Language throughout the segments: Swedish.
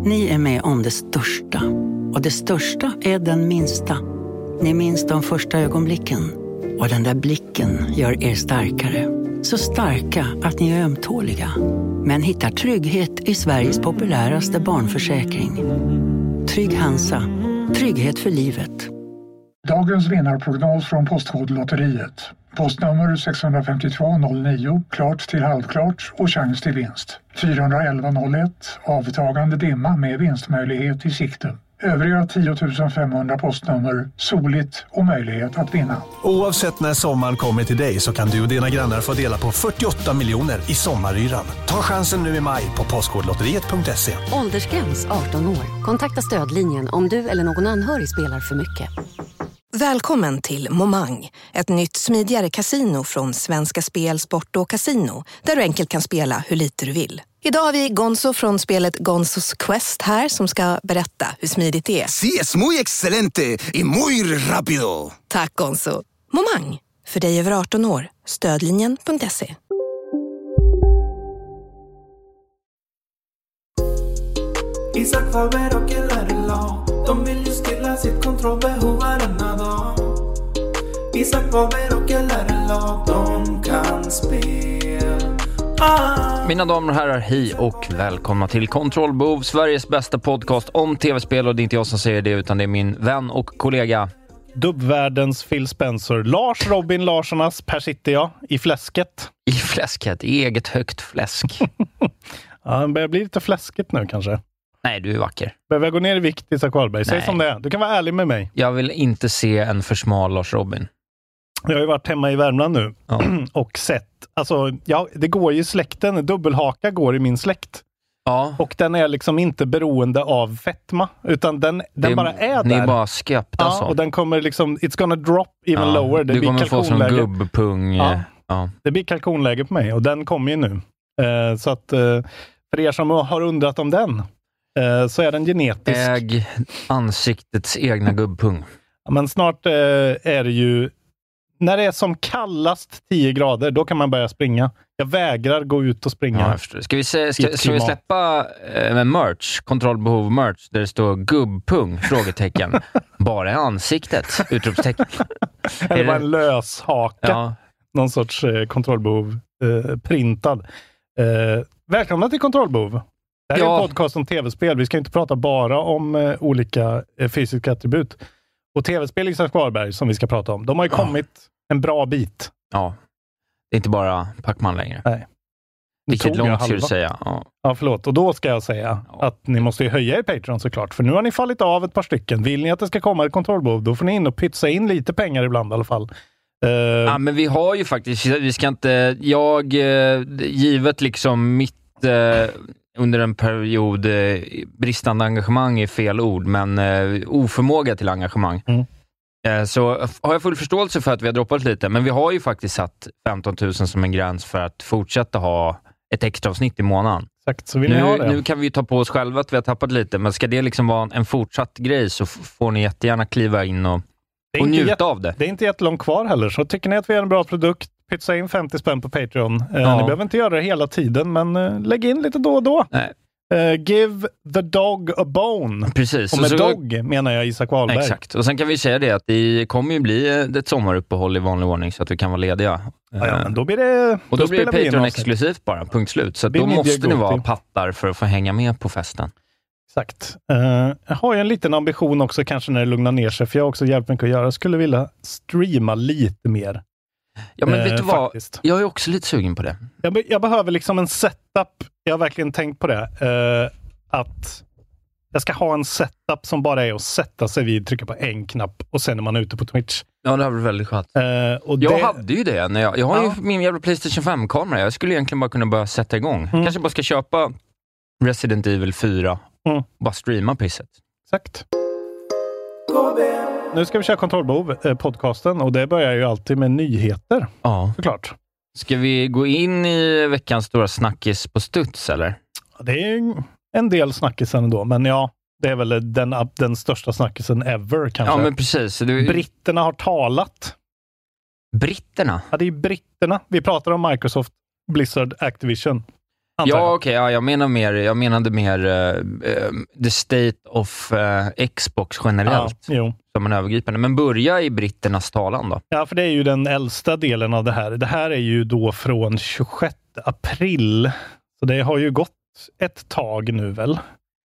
Ni är med om det största. Och det största är den minsta. Ni minns de första ögonblicken. Och den där blicken gör er starkare. Så starka att ni är ömtåliga. Men hittar trygghet i Sveriges populäraste barnförsäkring. Trygg Hansa. Trygghet för livet. Dagens vinnarprognos från Postkodlotteriet. Postnummer 65209, klart till halvklart och chans till vinst. 41101, avtagande dimma med vinstmöjlighet i sikte. Övriga 10 500 postnummer, soligt och möjlighet att vinna. Oavsett när sommaren kommer till dig så kan du och dina grannar få dela på 48 miljoner i sommaryran. Ta chansen nu i maj på postkodlotteriet.se. Åldersgräns 18 år. Kontakta stödlinjen om du eller någon anhörig spelar för mycket. Välkommen till Momang, ett nytt smidigare kasino från Svenska Spel, Sport och Casino, där du enkelt kan spela hur lite du vill. Idag har vi Gonzo från spelet Gonzos Quest här som ska berätta hur smidigt det är. Sí, es muy excelente y muy rápido. Tack Gonzo. Momang, för dig över 18 år. Stödlinjen.se. Isak Faber och LRLA, de vill ju stilla sitt kontrollbehov varenda dag. Isak Faber och LRLA, de kan spel. Mina damer och herrar, hej och välkomna till Kontrollbehov, Sveriges bästa podcast om tv-spel. Och det är inte jag som säger det, utan det är min vän och kollega Dubbvärldens Phil Spencer, Lars Robin Larssons, Per sitter jag i fläsket. I fläsket, i eget högt fläsk. Ja, det börjar bli lite fläsket nu kanske. Nej, du är vacker. Behöver jag gå ner i vikt, Isak Wahlberg? Säg som det är. Du kan vara ärlig med mig. Jag vill inte se en för smal Lars Robin. Jag har ju varit hemma i Värmland nu och sett, alltså, ja, det går ju släkten, dubbelhaka går i min släkt. Ja. Och den är liksom inte beroende av fetma, utan den bara är där. Ni är bara sköpta så. Och den kommer liksom, it's gonna drop even lower. Det du blir kommer få som gubbpung. Ja. Det blir kalkonläge på mig och den kommer ju nu. Så att för er som har undrat om den, så är den genetisk. Äg ansiktets egna gubbpung. Ja, men snart är det ju, när det är som kallast 10 grader, då kan man börja springa. Jag vägrar gå ut och springa. Ja, ska vi släppa med merch, kontrollbehov merch, där det står gubbpung, frågetecken. Bara i ansiktet, utropstecken. Eller bara en löshaka. Ja. Någon sorts kontrollbehov printad. Välkomna till Kontrollbehov. Det här är en podcast om tv-spel. Vi ska inte prata bara om olika fysiska attribut. Och tv-spel i Kvarberg som vi ska prata om, de har ju kommit en bra bit. Ja, det är inte bara Pac-Man längre. Nej. Vilket långt skulle du säga. Ja, förlåt. Och då ska jag säga att ni måste ju höja i Patreon såklart. För nu har ni fallit av ett par stycken. Vill ni att det ska komma ett kontrollbehov, då får ni in och pytsa in lite pengar ibland i alla fall. Ja, men vi har ju faktiskt, vi ska inte, givet liksom mitt under en period, bristande engagemang är fel ord, men oförmåga till engagemang. Så har jag full förståelse för att vi har droppat lite, men vi har ju faktiskt satt 15 000 som en gräns för att fortsätta ha ett extra avsnitt i månaden. Exakt, så vill ni ha det. Nu kan vi ju ta på oss själva att vi har tappat lite, men ska det liksom vara en fortsatt grej så får ni jättegärna kliva in och njuta av det. Det är inte jättelångt kvar heller, så tycker ni att vi är en bra produkt, pytsa in 50 spänn på Patreon. Ni behöver inte göra det hela tiden, men lägg in lite då och då. Nej. Give the dog a bone. Precis. Och med dog menar jag Isak Wahlberg. Exakt. Och sen kan vi säga det att det kommer ju bli ett sommaruppehåll i vanlig ordning så att vi kan vara lediga. Ja, men då blir det... Och då blir det Patreon exklusivt bara, punkt slut. Så då måste ni vara pattar för att få hänga med på festen. Exakt. Jag har ju en liten ambition också kanske när det lugnar ner sig, för jag har också hjälpt mycket att göra. Jag skulle vilja streama lite mer. Ja, men vet du vad? Faktiskt. Jag är också lite sugen på det. Jag behöver liksom en setup. Jag har verkligen tänkt på det. Att jag ska ha en setup som bara är att sätta sig vid, trycka på en knapp och sen är man ute på Twitch. Ja, det har varit väldigt skönt. Jag hade ju det. När jag har ju min jävla PlayStation 5-kamera. Jag skulle egentligen bara kunna börja sätta igång. Kanske bara ska köpa Resident Evil 4 och bara streama pisset. Exakt. Nu ska vi köra Kontrollbehov, podcasten, och det börjar ju alltid med nyheter. Ja. Såklart. Ska vi gå in i veckans stora snackis på studs, eller? Det är en del snackisen ändå, men ja, det är väl den största snackisen ever kanske. Ja, men precis. Britterna har talat. Britterna? Ja, det är britterna. Vi pratar om Microsoft, Blizzard, Activision. Ja, okej. Ja, jag menade mer the state of Xbox generellt. Ja, som en övergripande. Men börja i britternas talan då. Ja, för det är ju den äldsta delen av det här. Det här är ju då från 26 april. Så det har ju gått ett tag nu väl.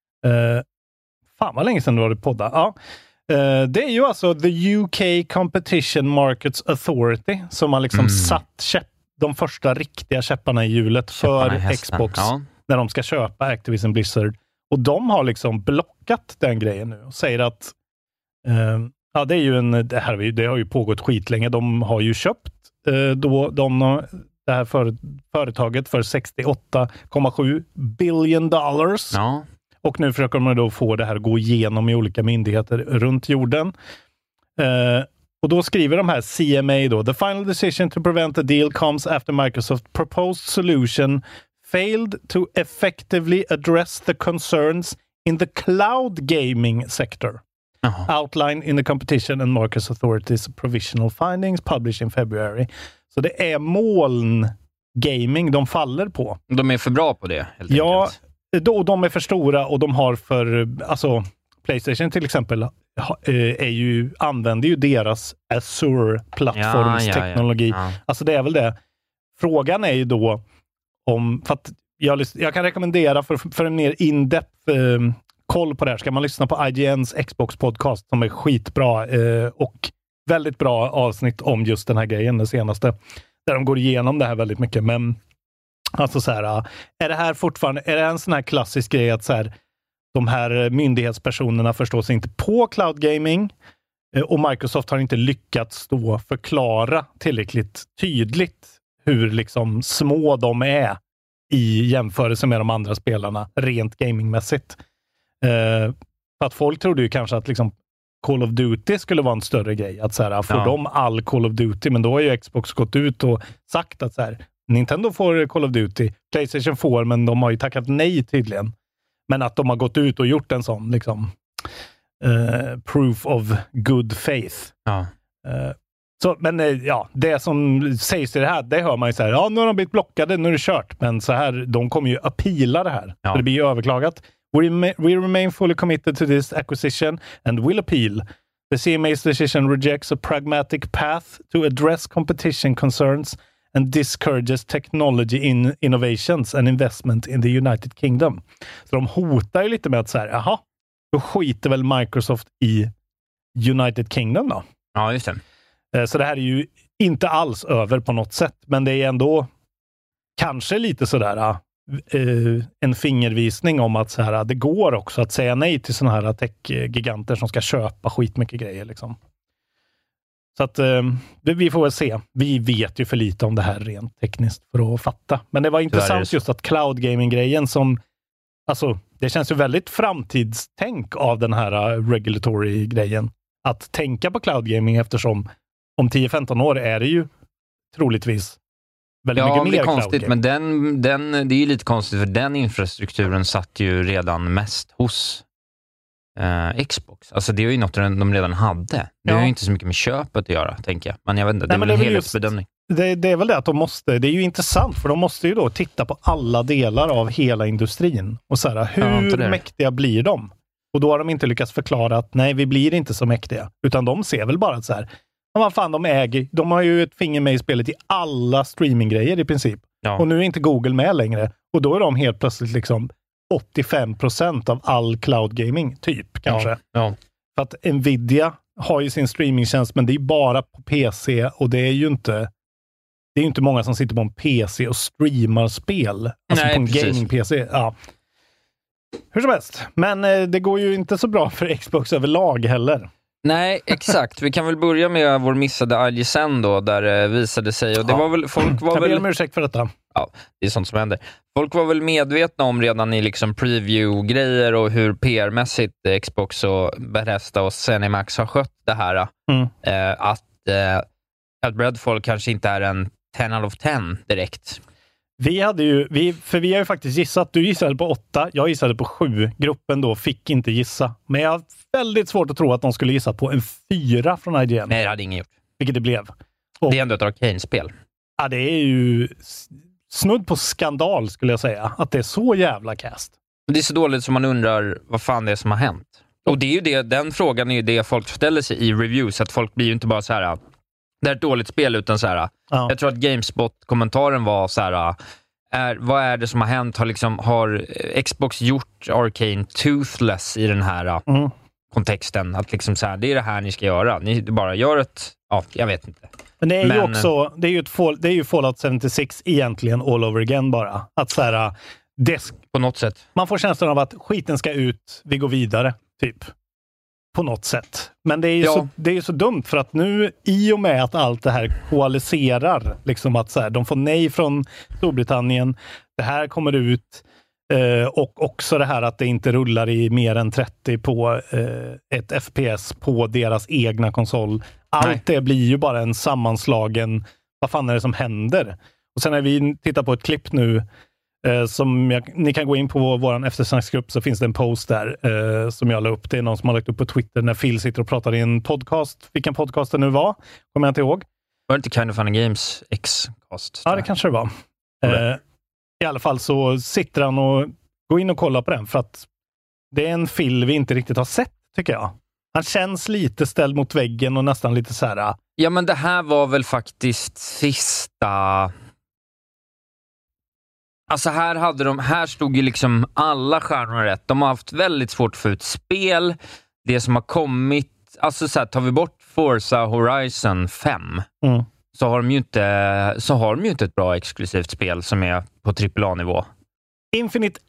Fan vad länge sedan du har poddat. Ja. Det är ju alltså the UK Competition Markets Authority som har liksom satt de första riktiga käpparna i hjulet för Xbox när de ska köpa Activision Blizzard. Och de har liksom blockat den grejen nu och säger att det är ju det har ju pågått skitlänge. De har ju köpt det här företaget för $68,7 billion. Ja. Och nu försöker man då få det här att gå igenom i olika myndigheter runt jorden. Och då skriver de här CMA då, the final decision to prevent the deal comes after Microsoft proposed solution failed to effectively address the concerns in the cloud gaming sector. Outlined in the Competition and Markets Authority's provisional findings published in February. Så det är molngaming de faller på. De är för bra på det, helt enkelt. De är för stora och de har alltså PlayStation till exempel använder ju deras Azure-plattformsteknologi. Ja. Alltså det är väl det. Frågan är ju då för att jag kan rekommendera för en mer in-depth koll på det här ska man lyssna på IGNs Xbox-podcast som är skitbra och väldigt bra avsnitt om just den här grejen, det senaste. Där de går igenom det här väldigt mycket. Men alltså så här, är det här fortfarande, är det en sån här klassisk grej att så här, de här myndighetspersonerna förstår sig inte på cloud gaming och Microsoft har inte lyckats då förklara tillräckligt tydligt hur liksom små de är i jämförelse med de andra spelarna rent gamingmässigt. För att folk trodde ju kanske att liksom Call of Duty skulle vara en större grej. Att så här, får de all Call of Duty, men då har ju Xbox gått ut och sagt att så här, Nintendo får Call of Duty, PlayStation får, men de har ju tackat nej tydligen. Men att de har gått ut och gjort en sån liksom proof of good faith. Ja. Det som sägs i det här, det hör man ju så här, nu har de blivit blockade, nu är det kört. Men så här, de kommer ju appeala det här. För det blir ju överklagat. We remain fully committed to this acquisition and will appeal. The CMA's decision rejects a pragmatic path to address competition concerns and discourages technology innovations and investment in the United Kingdom. Så de hotar ju lite med att så här, då skiter väl Microsoft i United Kingdom då? Ja, just det. Så det här är ju inte alls över på något sätt, men det är ändå kanske lite sådär en fingervisning om att så här, det går också att säga nej till såna här tech-giganter som ska köpa skitmycket grejer liksom. Så att vi får väl se. Vi vet ju för lite om det här rent tekniskt för att fatta. Men det var intressant just att cloud gaming-grejen som, alltså det känns ju väldigt framtidstänk av den här regulatory-grejen. Att tänka på cloud gaming eftersom om 10-15 år är det ju troligtvis väldigt mycket mer konstigt, men det är ju lite konstigt för den infrastrukturen satt ju redan mest hos Xbox. Alltså det är ju något de redan hade. Det har ju inte så mycket med köpet att göra, tänker jag. Men jag vet inte, det är väl en helhetsbedömning. Det är väl det att de måste, det är ju intressant för de måste ju då titta på alla delar av hela industrin och så här, hur mäktiga blir de? Och då har de inte lyckats förklara att nej, vi blir inte så mäktiga. Utan de ser väl bara att så här, vad fan, de har ju ett finger med i spelet i alla streaminggrejer i princip. Ja. Och nu är inte Google med längre. Och då är de helt plötsligt liksom 85% av all cloud gaming, typ, kanske. Ja. För att Nvidia har ju sin streamingtjänst, men det är bara på PC och det är ju inte många som sitter på en PC och streamar spel. Alltså på en gaming-PC. Ja. Hur som helst. Men det går ju inte så bra för Xbox överlag heller. Nej, exakt. Vi kan väl börja med vår missade IGN då, där det visade sig. Och det var väl, folk var jag ber om ursäkt för detta. Ja, det är sånt som händer. Folk var väl medvetna om redan i liksom preview-grejer och hur PR-mässigt Xbox och Bethesda och ZeniMax har skött det här. Att Redfall kanske inte är en 10 out of 10 direkt. Vi har ju faktiskt gissat. Du gissade på 8, jag gissade på 7. Gruppen då fick inte gissa. Men jag har väldigt svårt att tro att de skulle gissa på en 4 från IGN. Nej, det hade ingen gjort. Vilket det blev. Det är ändå ett Arcane-spel. Ja, det är ju snudd på skandal skulle jag säga. Att det är så jävla cast. Det är så dåligt som man undrar vad fan det är som har hänt. Och det är ju det, den frågan är ju det folk ställer sig i reviews. Att folk blir ju inte bara så här, det är ett dåligt spel, utan så här. Jag tror att GameSpot-kommentaren var så här, vad är det som har hänt? Har Xbox gjort Arcane toothless i den här kontexten? Att liksom så här, det är det här ni ska göra. Ni bara gör ett, jag vet inte. Men det är ju också, det är ju Fallout 76 egentligen all over again bara. Att så här, på något sätt. Man får känslan av att skiten ska ut, vi går vidare, typ. På något sätt. Men det är ju så dumt, för att nu, i och med att allt det här koaliserar, liksom att så här, de får nej från Storbritannien, det här kommer ut, och också det här att det inte rullar i mer än 30 på ett FPS på deras egna konsol. Allt det blir ju bara en sammanslagen, vad fan är det som händer? Och sen när vi tittar på ett klipp nu, ni kan gå in på vår eftersnacksgrupp, så finns det en post där som jag la upp. Det är någon som har lagt upp på Twitter när Phil sitter och pratar i en podcast. Vilken podcast det nu var, kommer jag inte ihåg. Var det inte Kind of Funny Games X-cast? Ja, det kanske det var. I alla fall så sitter han och går in och kollar på den, för att det är en Phil vi inte riktigt har sett, tycker jag. Han känns lite ställd mot väggen och nästan lite så här. Ja, men det här var väl faktiskt sista... Alltså här stod ju liksom alla stjärnor rätt. De har haft väldigt svårt att få ut spel. Det som har kommit, alltså så här, tar vi bort Forza Horizon 5 så har de ju inte ett bra exklusivt spel som är på AAA-nivå. Infinite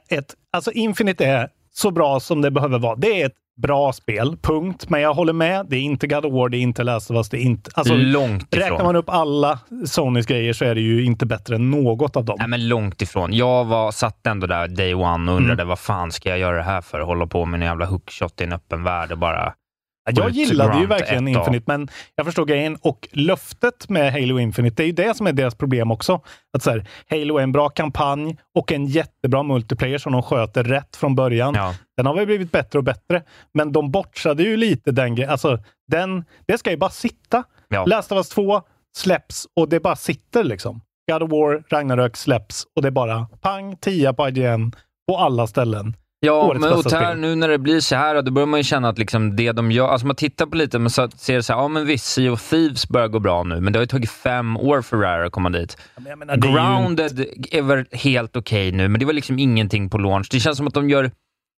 är så bra som det behöver vara. Det är ett bra spel, punkt. Men jag håller med, det är inte God of War, det är inte Last of Us, det är inte... Alltså, långt ifrån. Räknar man upp alla Sonys grejer så är det ju inte bättre än något av dem. Nej, men långt ifrån. Jag satt ändå där day one och undrade vad fan ska jag göra det här för? Hålla på med en jävla hookshot i en öppen värld och bara... Jag gillade ju verkligen Infinite, men jag förstår grejen. Och löftet med Halo Infinite, det är ju det som är deras problem också. Att så här, Halo är en bra kampanj och en jättebra multiplayer som de sköter rätt från början. Ja. Den har väl blivit bättre och bättre, men de bortsade ju lite den grejen. Alltså, det ska ju bara sitta. Ja. Last of Us 2 släpps och det bara sitter liksom. God of War, Ragnarök släpps och det är bara pang, 10 på IGN på alla ställen. Ja, men och här, nu när det blir så här, då börjar man ju känna att liksom det de gör, alltså man tittar på lite, men så ser det så här, ja men visst, Sea of Thieves börjar gå bra nu, men det har ju tagit 5 år för Rare att komma dit. Jag menar, Grounded är väl helt okej nu, men det var liksom ingenting på launch. Det känns som att de gör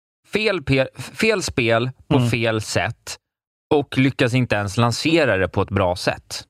fel spel på fel sätt och lyckas inte ens lansera det på ett bra sätt.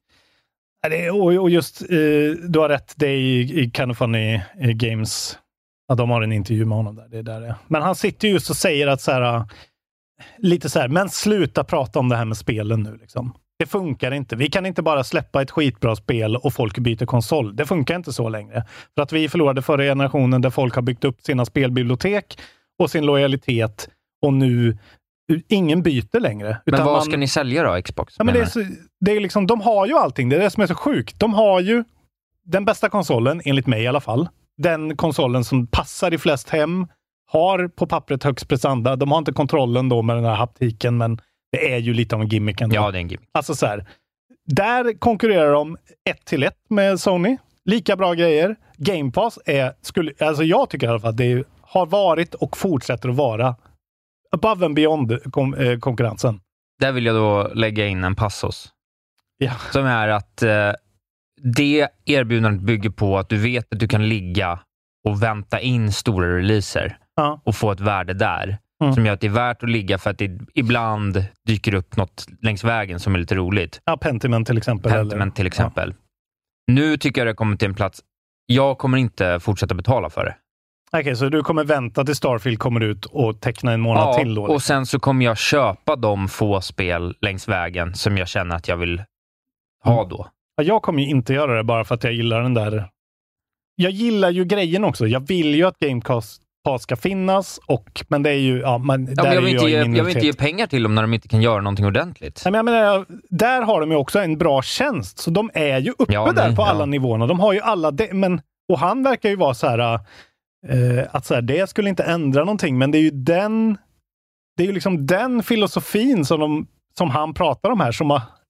Och just, du har rätt, det är i Kind of Funny Games. Ja, de har en intervju med honom där. Det är där det. Men han sitter just och säger att så här, lite så här, men sluta prata om det här med spelen nu liksom. Det funkar inte. Vi kan inte bara släppa ett skitbra spel och folk byter konsol. Det funkar inte så längre. För att vi förlorade förra generationen där folk har byggt upp sina spelbibliotek och sin lojalitet, och nu ingen byter längre. Men vad ska ni sälja då, Xbox? Ja, men det är liksom, de har ju allting. Det är det som är så sjukt. De har ju den bästa konsolen, enligt mig i alla fall. Den konsolen som passar i flest hem, har på pappret högst prestanda. De har inte kontrollen då med den här haptiken, men det är ju lite av en gimmick ändå. Ja, det är en gimmick. Alltså så här, där konkurrerar de 1-1 med Sony. Lika bra grejer. Game Pass alltså jag tycker i alla fall att det har varit och fortsätter att vara above and beyond konkurrensen. Där vill jag då lägga in en passus. Ja. Som är att det erbjudandet bygger på att du vet att du kan ligga och vänta in stora releaser och få ett värde där. Som gör att det är värt att ligga för att det ibland dyker upp något längs vägen som är lite roligt. Ja, Pentiment till exempel. Nu tycker jag det kommer till en plats. Jag kommer inte fortsätta betala för det. Okej, så du kommer vänta till Starfield kommer ut och teckna en månad till då? Och sen så kommer jag köpa de få spel längs vägen som jag känner att jag vill ha då. Ja, jag kommer ju inte göra det bara för att jag gillar den där. Jag gillar ju grejen också. Jag vill ju att Game Pass ska finnas, men det är ju... Ja, men jag vill inte ge pengar till dem när de inte kan göra någonting ordentligt. Nej, men jag menar, där har de ju också en bra tjänst, så de är ju uppe där på alla nivåerna. De har ju alla... och han verkar ju vara så här... att så här, det skulle inte ändra någonting, men det är ju liksom den filosofin som han pratar om här, som har satt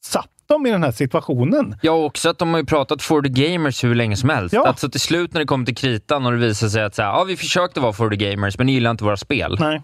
dem i den här situationen. Ja, också att de har ju pratat for the gamers hur länge som helst. Alltså till slut när det kommer till kritan och det visar sig att så här, vi försökte vara for the gamers men ni gillar inte våra spel. Nej.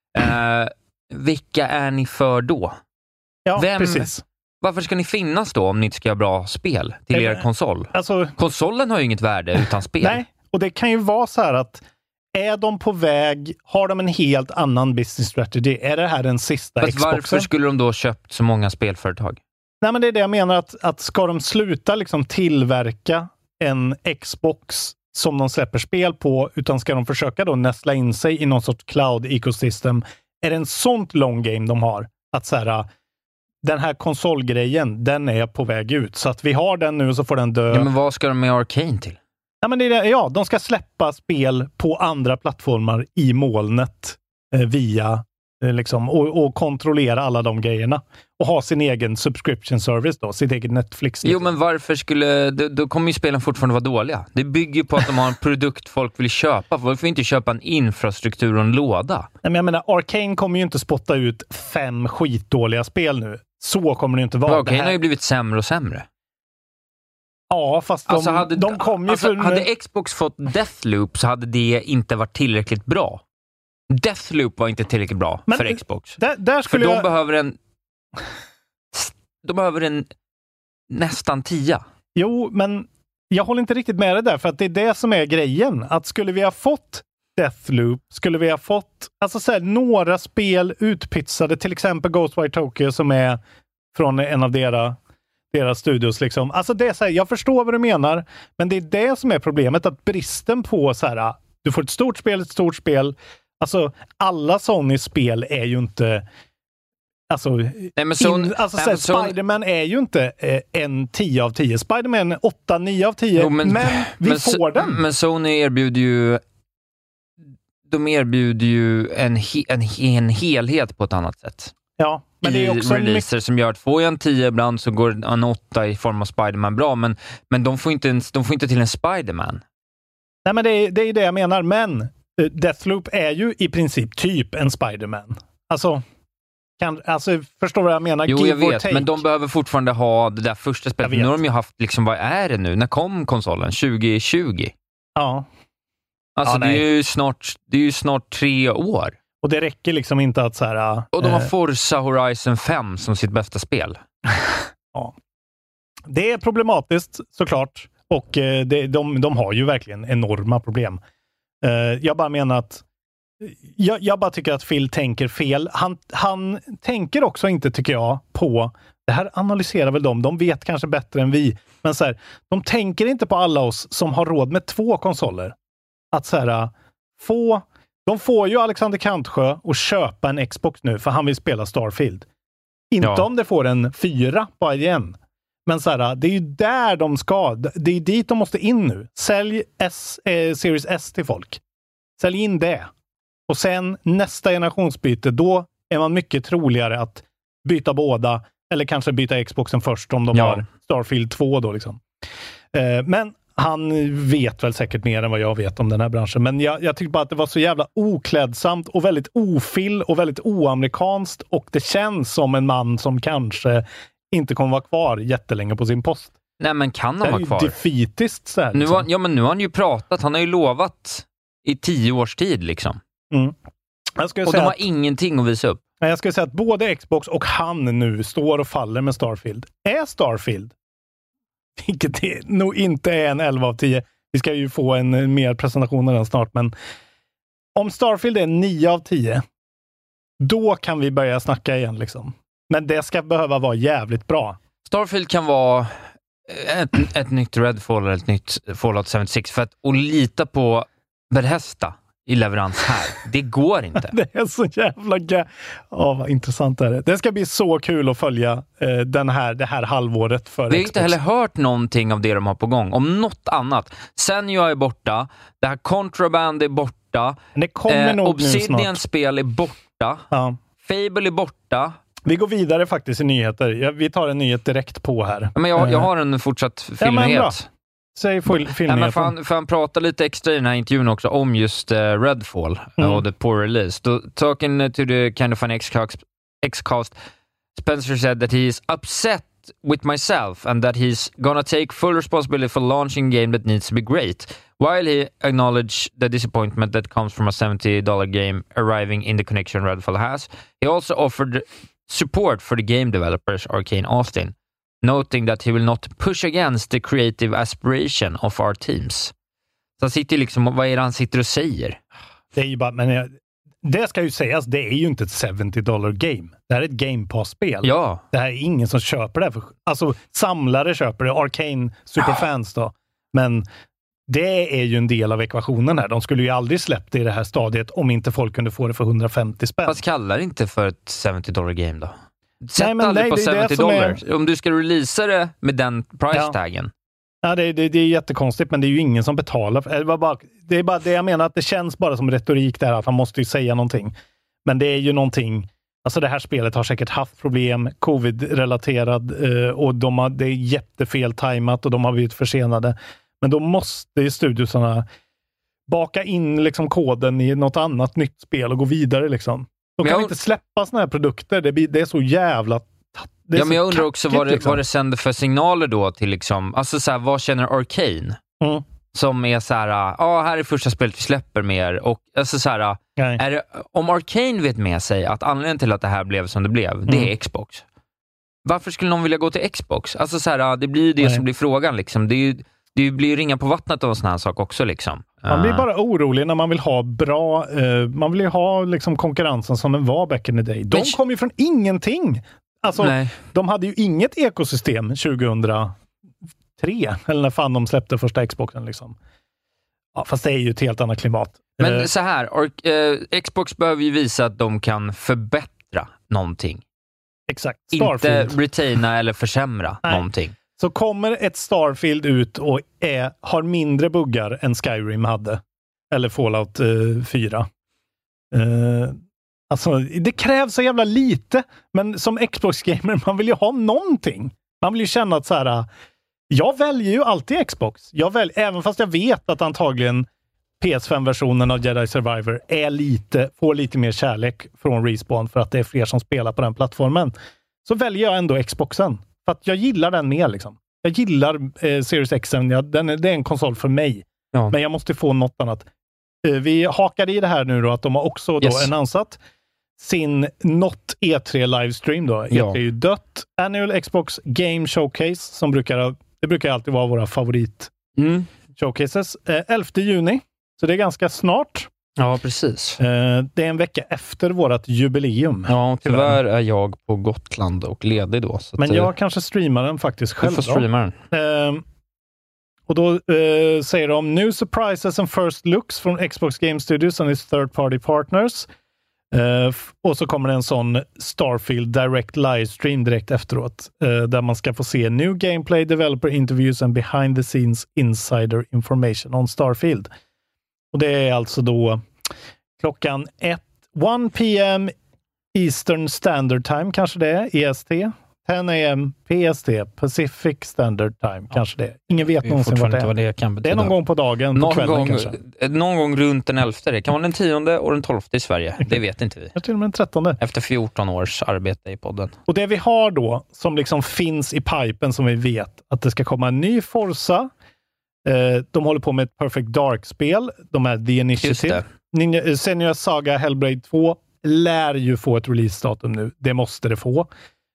Vilka är ni för då? Ja, precis. Varför ska ni finnas då om ni inte ska ha bra spel till er konsol? Alltså, konsolen har ju inget värde utan spel. Nej, och det kan ju vara så här att är de på väg, har de en helt annan business strategy? Är det här den sista Xboxen? Varför skulle de då köpt så många spelföretag? Nej, men det är det jag menar, att ska de sluta liksom tillverka en Xbox som de släpper spel på, utan ska de försöka då nästla in sig i någon sorts cloud-ekosystem? Är det en sånt long game de har? Att så här, den här konsolgrejen, den är på väg ut. Så att vi har den nu så får den dö. Ja, men vad ska de med Arcane till? Ja, men de ska släppa spel på andra plattformar i molnet via liksom, och kontrollera alla de grejerna. Och ha sin egen subscription service då, sitt eget Netflix. Liksom. Jo, men varför skulle... Då kommer ju spelen fortfarande vara dåliga. Det bygger på att de har en produkt folk vill köpa. Varför inte köpa en infrastruktur och en låda? Nej, men jag menar, Arcane kommer ju inte spotta ut 5 skitdåliga spel nu. Så kommer det inte vara. Arcane har ju blivit sämre och sämre. Ja, fast de kom ju för... Hade Xbox fått Deathloop så hade det inte varit tillräckligt bra. Deathloop var inte tillräckligt bra för Xbox. Där skulle för de behöver en nästan 10. Jo, men jag håller inte riktigt med det där, för att det är det som är grejen. Att skulle vi ha fått Deathloop, skulle vi ha fått alltså så här, några spel utpitsade, till exempel Ghostwire Tokyo som är från en av deras studios liksom. Alltså det är så här, jag förstår vad du menar, men det är det som är problemet, att bristen på så här, du får ett stort spel. Alltså alla Sonys spel är ju inte Spider-Man är ju inte en 10 av 10. Spider-Man är 8-9 av 10, men vi får den. Men Sony erbjuder ju en helhet på ett annat sätt. Ja, men det är också releaser som gör att får jag en 10 ibland så går en 8 i form av Spider-Man bra, men de får inte till en Spider-Man. Nej, men det är det jag menar, men Deathloop är ju i princip typ en Spider-Man. Alltså förstår du vad jag menar? Jo, jag vet, men de behöver fortfarande ha det där första spelet. Nu har de ju haft, liksom, vad är det nu? När kom konsolen? 2020? Ja. Alltså det är ju snart 3 år. Och det räcker liksom inte att så här... Och de har Forza Horizon 5 som sitt bästa spel. Ja. Det är problematiskt, såklart. Och de har ju verkligen enorma problem. Jag bara menar att jag bara tycker att Phil tänker fel. Han tänker också inte, tycker jag, på... Det här analyserar väl de vet kanske bättre än vi. Men så här, de tänker inte på alla oss som har råd med 2 konsoler. Att så här, de får ju Alexander Kantsjö att köpa en Xbox nu för han vill spela Starfield. Inte om det får en 4 på igen. Men så här, det är ju där de ska. Det är dit de måste in nu. Sälj Series S till folk. Sälj in det. Och sen nästa generationsbyte, då är man mycket troligare att byta båda. Eller kanske byta Xboxen först om de har Starfield 2 då liksom. Men han vet väl säkert mer än vad jag vet om den här branschen. Men jag tycker bara att det var så jävla oklädsamt och väldigt ofill och väldigt oamerikanskt. Och det känns som en man som kanske inte kommer vara kvar jättelänge på sin post. Nej, men kan han vara kvar? Det är defeatiskt så här. Liksom. Men nu har han ju pratat. Han har ju lovat i 10 års tid liksom. Mm. Och de har ingenting att visa upp. Jag skulle säga att både Xbox och han nu står och faller med Starfield. Är Starfield, vilket det nog inte är en 11 av 10. Vi ska ju få en mer presentation av den snart, men om Starfield är 9 av 10, då kan vi börja snacka igen liksom. Men det ska behöva vara jävligt bra. Starfield kan vara ett nytt Redfall eller ett nytt Fallout 76 för att lita på Bethesda i leverans här. Det går inte. Det är så jävla vad intressant det är. Det ska bli så kul att följa det här halvåret för Vi har inte heller hört någonting av det de har på gång. Om något annat. Senua är borta. Det här Contraband är borta. Det kommer nog Obsidian spel är borta. Ja. Fable är borta. Vi går vidare faktiskt i nyheter. Vi tar en nyhet direkt på här. Men jag har en fortsatt filmnyhet. Säg filmnyheten. För han pratar lite extra i den här intervjun också om just Redfall och the poor release. Talking to the Kind of Funny X-cast, Spencer said that he is upset with myself and that he's gonna take full responsibility for launching a game that needs to be great. While he acknowledged the disappointment that comes from a $70 game arriving in the connection Redfall has, he also offered support for the game developers Arcane Austin, noting that he will not push against the creative aspiration of our teams. Så han sitter liksom, vad är det han sitter och säger? Det är ju bara, men det ska ju sägas, det är ju inte ett $70 game. Det här är ett Game Pass-spel. Ja. Det här är ingen som köper det. Alltså, samlare köper det, Arcane superfans då. Men det är ju en del av ekvationen här. De skulle ju aldrig släppt det i det här stadiet om inte folk kunde få det för 150 spänn. Fast kallar det inte för ett $70 game då? Sätt aldrig på $70. Om du ska releasa det med den price-taggen. Ja, det är jättekonstigt, men det är ju ingen som betalar. Det är bara det jag menar, att det känns bara som retorik där, att man måste ju säga någonting. Men det är ju någonting, alltså det här spelet har säkert haft problem, covid-relaterad, och det är jättefel tajmat och de har blivit försenade. Men då måste ju studiosarna baka in liksom koden i något annat nytt spel och gå vidare liksom. De kan inte släppa såna här produkter, det är så jävla... Ja, men jag undrar också vad det sänder för signaler då till liksom, alltså så här, vad känner Arcane? Som är så här, här är första spelet vi släpper med, och alltså så här, är det, om Arcane vet med sig att anledningen till att det här blev som det blev, det är Xbox. Varför skulle någon vilja gå till Xbox? Alltså så här, det blir ju det som blir frågan liksom. Det blir ju ringa på vattnet av en sån här sak också liksom. Man blir bara orolig när man vill ha bra, man vill ju ha liksom konkurrensen som den var back in the day. De kom ju från ingenting. Alltså, de hade ju inget ekosystem 2003, eller när fan de släppte första Xboxen liksom. Ja, fast det är ju ett helt annat klimat. Men så här, Xbox behöver ju visa att de kan förbättra någonting. Exakt. Starfield. Inte retaina eller försämra någonting. Så kommer ett Starfield ut och har mindre buggar än Skyrim hade. Eller Fallout 4. Alltså, det krävs så jävla lite. Men som Xbox-gamer, man vill ju ha någonting. Man vill ju känna att så här, jag väljer ju alltid Xbox. Även fast jag vet att antagligen PS5-versionen av Jedi Survivor får lite mer kärlek från Respawn för att det är fler som spelar på den plattformen. Så väljer jag ändå Xboxen. För att jag gillar den mer liksom. Jag gillar Series X. Det är en konsol för mig. Ja. Men jag måste få något annat. Vi hakar i det här nu då, att de har också då annonsat sin Not E3 livestream då. E3 är ju dött. Annual Xbox Game Showcase, som brukar alltid vara våra favorit showcases. 11 juni. Så det är ganska snart. Ja, precis. Det är en vecka efter vårat jubileum. Ja, tyvärr är jag på Gotland och ledig då. Så men jag kanske streamar den faktiskt själv. Du får streama den. Och då säger de new surprises and first looks från Xbox Game Studios and its third party partners. Och så kommer det en sån Starfield Direct livestream direkt efteråt. Där man ska få se new gameplay, developer interviews and behind the scenes insider information on Starfield. Och det är alltså då klockan 1 p.m. Eastern Standard Time, kanske det är, EST. 10 a.m. PST, Pacific Standard Time, kanske det. Ingen vet någonsin vad det är. Det kan betyda. Det är någon gång på dagen, på kvällen kanske. Någon gång runt den 11. Det kan vara den 10 och den 12 i Sverige. Det vet inte vi. Jag till och med den 13. Efter 14 års arbete i podden. Och det vi har då, som liksom finns i pipen, som vi vet, att det ska komma en ny Forza. De håller på med ett Perfect Dark-spel. De är The Initiative. Senua Saga Hellblade 2 lär ju få ett release-datum nu. Det måste det få.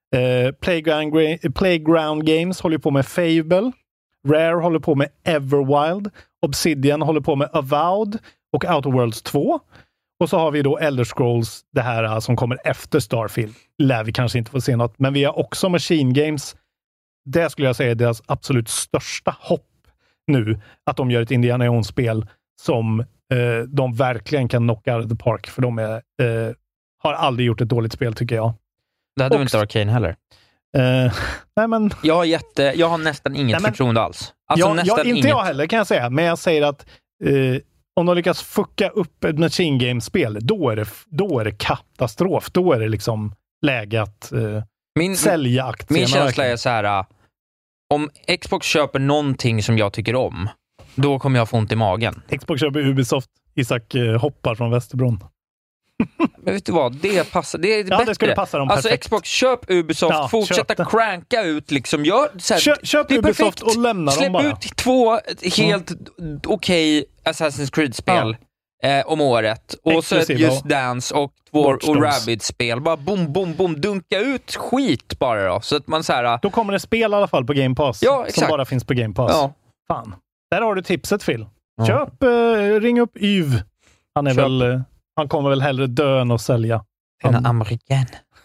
Playground Games håller på med Fable. Rare håller på med Everwild. Obsidian håller på med Avowed och Outer Worlds 2. Och så har vi då Elder Scrolls, det här som kommer efter Starfield. Lär vi kanske inte få se något. Men vi har också Machine Games. Det skulle jag säga är deras absolut största hopp nu. Att de gör ett Indiana Jones-spel som de verkligen kan knocka out of the park. För de har aldrig gjort ett dåligt spel, tycker jag. Det hade väl inte Arcane heller? Nej, men... Jag har nästan inget förtroende alls. Alltså, inte jag heller, kan jag säga. Men jag säger att om de lyckas fucka upp ett Machine Games-spel, då är det katastrof. Då är det liksom läge att sälja aktierna. Min känsla är så här: om Xbox köper någonting som jag tycker om, då kommer jag få ont i magen. Xbox köper Ubisoft. Isak hoppar från Västerbron. Men vet du vad, det passar. Det är bättre. Det skulle passa dem perfekt. Xbox, köp Ubisoft, fortsätta cranka ut liksom. Köp Ubisoft och lämna dem bara. Släpp ut 2 helt okej Assassin's Creed-spel om året. Och så Just Dance och 2 Rabbids-spel. Bara boom, dunka ut skit bara då. Så att man så här... Då kommer det spel i alla fall på Game Pass. Ja, exakt. Som bara finns på Game Pass. Ja. Fan. Där har du tipset, Phil. Köp, ring upp Yv. Han kommer väl hellre dö än att sälja. En amerikan.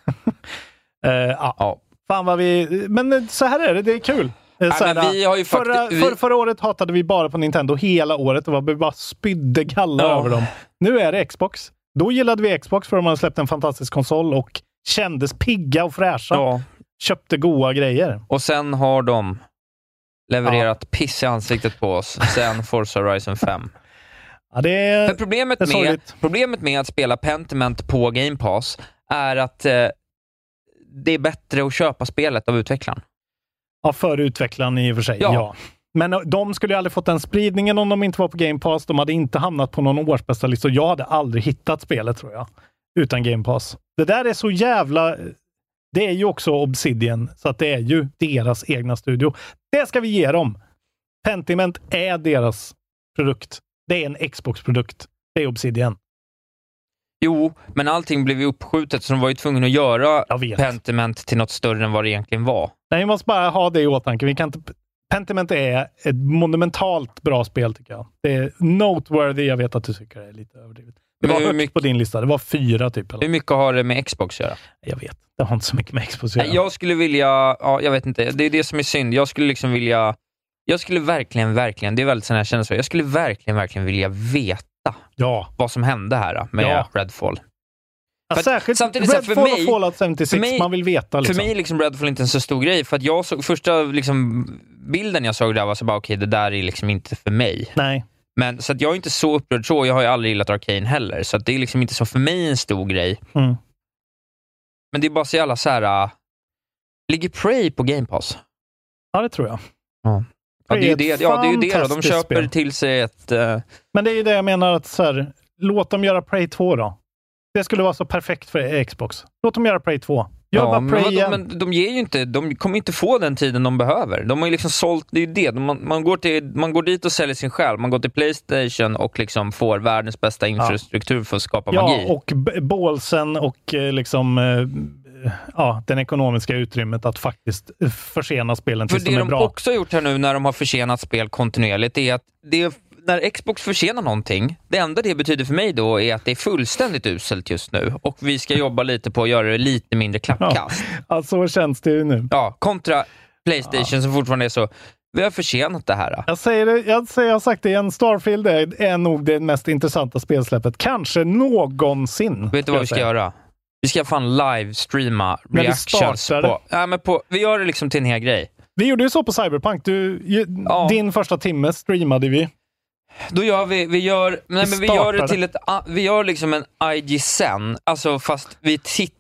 Fan vad men så här är det är kul. Vi har ju förra året hatade vi bara på Nintendo hela året och vi bara spydde gallar över dem. Nu är det Xbox. Då gillade vi Xbox för att man hade släppt en fantastisk konsol och kändes pigga och fräscha. Ja. Köpte goda grejer. Och sen har de levererat piss i ansiktet på oss sen Forza Horizon 5. Ja, för problemet med att spela Pentiment på Game Pass är att det är bättre att köpa spelet av utvecklaren. Ja, för utvecklaren i och för sig, ja. Men de skulle ju aldrig fått den spridningen om de inte var på Game Pass. De hade inte hamnat på någon årsbästa lista. Jag hade aldrig hittat spelet, tror jag, utan Game Pass. Det där är så jävla... Det är ju också Obsidian, så att det är ju deras egna studio. Det ska vi ge dem. Pentiment är deras produkt. Det är en Xbox-produkt. Det är Obsidian. Jo, men allting blev ju uppskjutet så de var ju tvungna att göra Pentiment till något större än vad det egentligen var. Nej, vi måste bara ha det i åtanke. Pentiment är ett monumentalt bra spel, tycker jag. Det är noteworthy. Jag vet att du tycker det är lite överdrivet. Det var högt på din lista. Det var 4 typ. Eller? Hur mycket har det med Xbox att göra? Jag vet. Det har inte så mycket med Xbox att göra. Jag skulle vilja... jag vet inte. Det är det som är synd. Jag skulle liksom vilja... Jag skulle verkligen, det är väldigt sån här känsla. Jag skulle verkligen vilja veta vad som hände här med Redfall. Ja, särskilt Redfall och Fallout 76, man vill veta. Liksom. För mig liksom Redfall inte en så stor grej, för att jag såg första liksom, bilden jag såg där var så bara okej, det där är liksom inte för mig. Nej. Men så att jag är inte så upprörd så, jag har ju aldrig gillat Arcane heller, så att det är liksom inte så för mig en stor grej. Mm. Men det är bara så jävla så här, ligger Prey på Game Pass? Ja, det tror jag. Ja, det är ju det. Ja, det är ju det då. De köper spel till sig ett... Men det är ju det jag menar, att så här, låt dem göra Prey 2 då. Det skulle vara så perfekt för Xbox. Låt dem göra Prey 2. Men de ger ju inte, de kommer inte få den tiden de behöver. De har ju liksom sålt, det är ju det. Man går dit och säljer sin själ. Man går till PlayStation och liksom får världens bästa infrastruktur för att skapa magi. Ja, och bålsen och liksom... den ekonomiska utrymmet att faktiskt försena spelen tills de är bra. För det de också har gjort här nu när de har försenat spel kontinuerligt är att när Xbox försenar någonting, det enda det betyder för mig då är att det är fullständigt uselt just nu och vi ska jobba lite på att göra det lite mindre klappkast. Ja, så känns det ju nu. Ja, kontra PlayStation som fortfarande är så, vi har försenat det här. Jag har sagt det igen, Starfield är nog det mest intressanta spelsläppet kanske någonsin. Vet du vad vi ska göra? Vi ska fan livestreama reactions vi gör det liksom till en hel grej. Vi gjorde ju så på Cyberpunk. Din första timme streamade vi. Då gör vi gör det till vi gör liksom en IGSen, alltså fast vi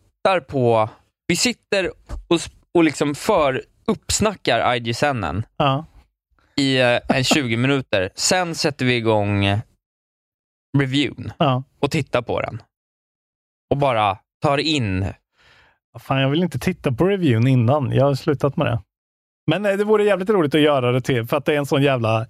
sitter och liksom uppsnackar IGSenen i en 20 minuter. Sen sätter vi igång reviewn och tittar på den. Och bara tar in. Fan, jag vill inte titta på reviewn innan. Jag har slutat med det. Men det vore jävligt roligt att göra det till, för att det är en sån jävla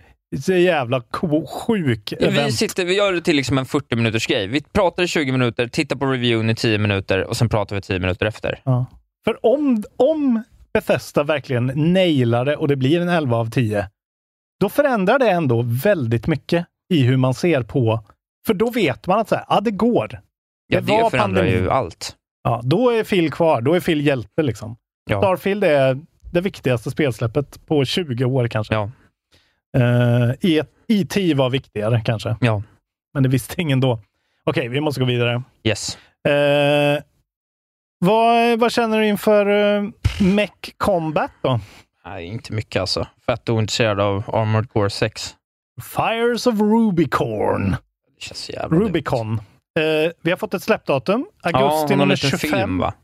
sjuk event. Vi gör det till liksom en 40 minuters grej. Vi pratar i 20 minuter, tittar på reviewn i 10 minuter och sen pratar vi 10 minuter efter. Ja. För om Bethesda verkligen nailar det och det blir en 11 av 10, då förändrar det ändå väldigt mycket i hur man ser på. För då vet man att det går. Det förändrar ju allt. Ja, då är Phil kvar. Då är Phil hjälte liksom. Ja. Starfield är det viktigaste spelsläppet på 20 år kanske. Ja. E.T. var viktigare kanske. Ja. Men det visste ingen då. Okej, vi måste gå vidare. Yes. Vad känner du inför Mech Combat då? Nej, inte mycket alltså. Fett ointresserad av Armored Core 6. Fires of Rubicon. Det känns jävla Rubicon. Vi har fått ett släppdatum. Augusti nummer 25. Film, va?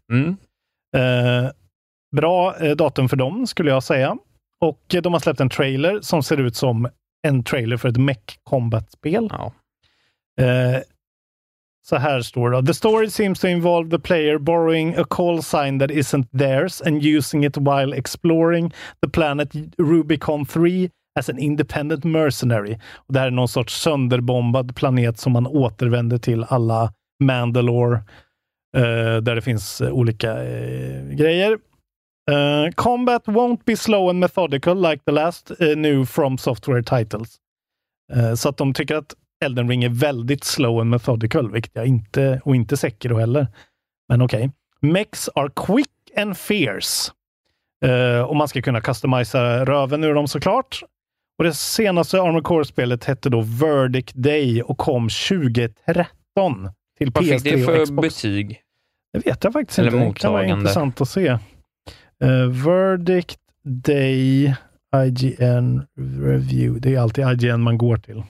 Bra datum för dem, skulle jag säga. Och de har släppt en trailer som ser ut som en trailer för ett Mech Combat-spel. Ja. Så här står det. The story seems to involve the player borrowing a call sign that isn't theirs and using it while exploring the planet Rubicon 3 as an independent mercenary. Och det här är någon sorts sönderbombad planet som man återvänder till alla Mandalore, där det finns olika grejer. Combat won't be slow and methodical like the last new From Software titles. Så att de tycker att Elden Ring är väldigt slow and methodical, vilket jag inte, och inte Sekiro heller. Men okej. Mechs are quick and fierce. Och man ska kunna customisa röven ur dem såklart. Och det senaste Armored Core-spelet hette då Verdict Day och kom 2013 till PS3 och Xbox. Vad fick det för betyg? Det vet jag faktiskt inte. Det kan vara intressant att se. Verdict Day IGN Review. Det är alltid IGN man går till.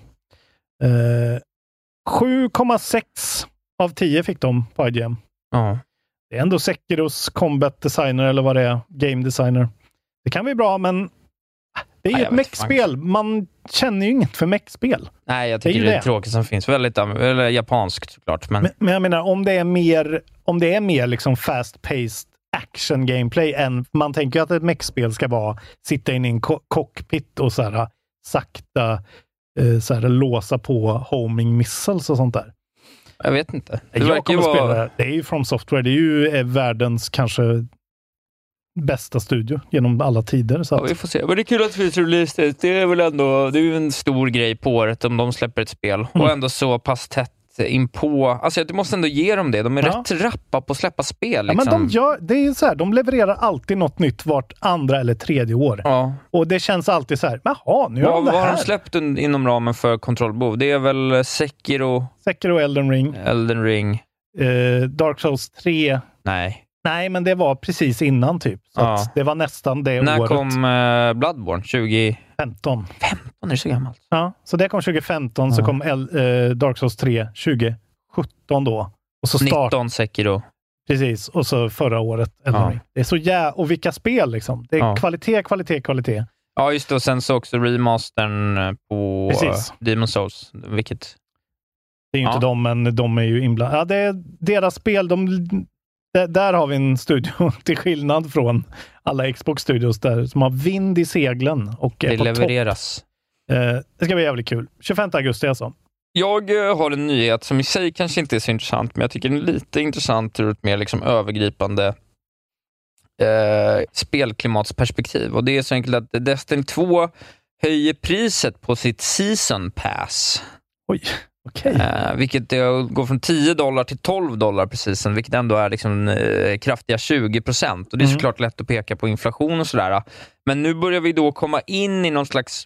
7,6 av 10 fick de på IGN. Det är ändå Sekiros combat designer eller vad det är. Game designer. Det kan bli bra, men det är ju ett mech-spel. Man känner ju inget för mech-spel. Nej, jag tycker det är tråkigt som finns. Väldigt japanskt såklart. Men jag menar, om det är mer liksom fast-paced action gameplay än man tänker att ett mech-spel ska vara sitta in i en cockpit och så här sakta så här, låsa på homing missiles och sånt där. Jag vet inte. Det är ju From Software. Det är ju världens kanske bästa studio genom alla tider. Så vi får se. Men det är kul att det finns release. Det är väl ändå, det är ju en stor grej på året om de släpper ett spel. Och ändå så pass tätt in på. Alltså du måste ändå ge dem det. De är rätt rappa på att släppa spel. Liksom. Ja, men det är ju så här, de levererar alltid något nytt vart andra eller tredje år. Ja. Och det känns alltid så här, jaha, nu har vad har de släppt inom ramen för kontrollbehov? Det är väl Sekiro, Elden Ring. Dark Souls 3. Nej, men det var precis innan typ. Så att det var nästan det När året. När kom Bloodborne? 2015? 15 är det så gammalt. Ja, så det kom 2015, så kom Dark Souls 3 2017 då. Och så 19 Sekiro. Precis, och så förra året. Det är så och vilka spel liksom. Det är kvalitet. Ja, just det. Och sen så också remastern på Demon's Souls. Vilket... Det är ju inte de, men de är ju inblandade. Ja, det är deras spel. Där har vi en studio till skillnad från alla Xbox-studios där som har vind i seglen och det på levereras. Det ska bli jävligt kul. 25 augusti alltså. Jag har en nyhet som i sig kanske inte är så intressant, men jag tycker den är lite intressant ur ett mer liksom övergripande spelklimatsperspektiv. Och det är så enkelt att Destiny 2 höjer priset på sitt Season Pass. Oj. Okay. Vilket går från $10 till $12 precis, vilket ändå är liksom, kraftiga 20%. Och det är såklart lätt att peka på inflation och sådär. Men nu börjar vi då komma in i någon slags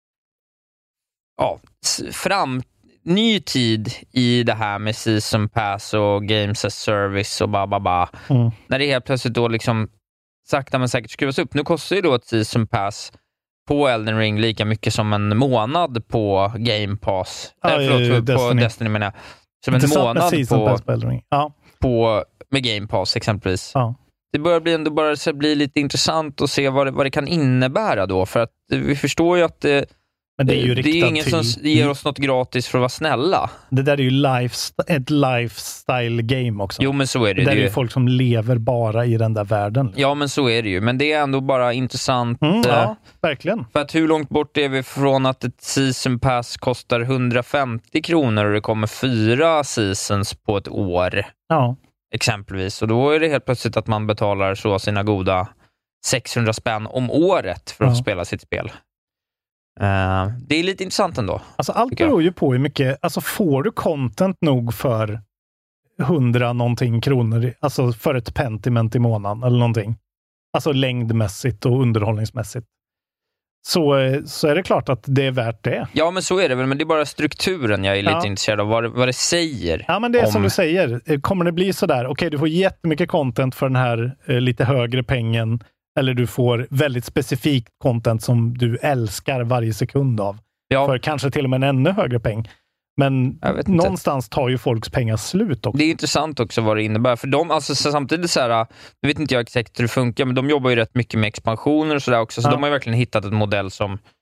ny tid i det här med Season Pass och Games as Service och När det helt plötsligt då liksom sakta men säkert skruvas upp. Nu kostar ju då ett Season Pass på Elden Ring lika mycket som en månad på Game Pass. På Destiny menar jag. Som en månad på Elden Ring. Med Game Pass exempelvis. Det börjar bli lite intressant att se vad det kan innebära då. För att vi förstår ju att men det är ingen som ger oss något gratis för att vara snälla. Det där är ju ett lifestyle game också. Jo, men så är det. Det är ju folk som lever bara i den där världen. Ja, men så är det ju. Men det är ändå bara intressant. Ja, verkligen. För att hur långt bort är vi från att ett Season Pass kostar 150 kronor och det kommer 4 seasons på ett år? Ja. Exempelvis. Och då är det helt plötsligt att man betalar så sina goda 600 spänn om året för att spela sitt spel. Det är lite intressant ändå. Alltså allt beror ju på hur mycket, alltså får du content nog för 100 någonting kronor, alltså för ett pentiment i månaden eller någonting. Alltså längdmässigt och underhållningsmässigt. Så är det klart att det är värt det. Ja, men så är det väl, men det är bara strukturen jag är lite intresserad av, vad det säger. Ja, men det är som du säger. Kommer det bli sådär, okej, du får jättemycket content för den här lite högre pengen. Eller du får väldigt specifikt content som du älskar varje sekund av. Ja. För kanske till och med en ännu högre peng. Men någonstans tar ju folks pengar slut också. Det är intressant också vad det innebär. För de, alltså samtidigt så här, nu vet inte jag exakt hur det funkar, men de jobbar ju rätt mycket med expansioner och sådär också. Så de har ju verkligen hittat en modell som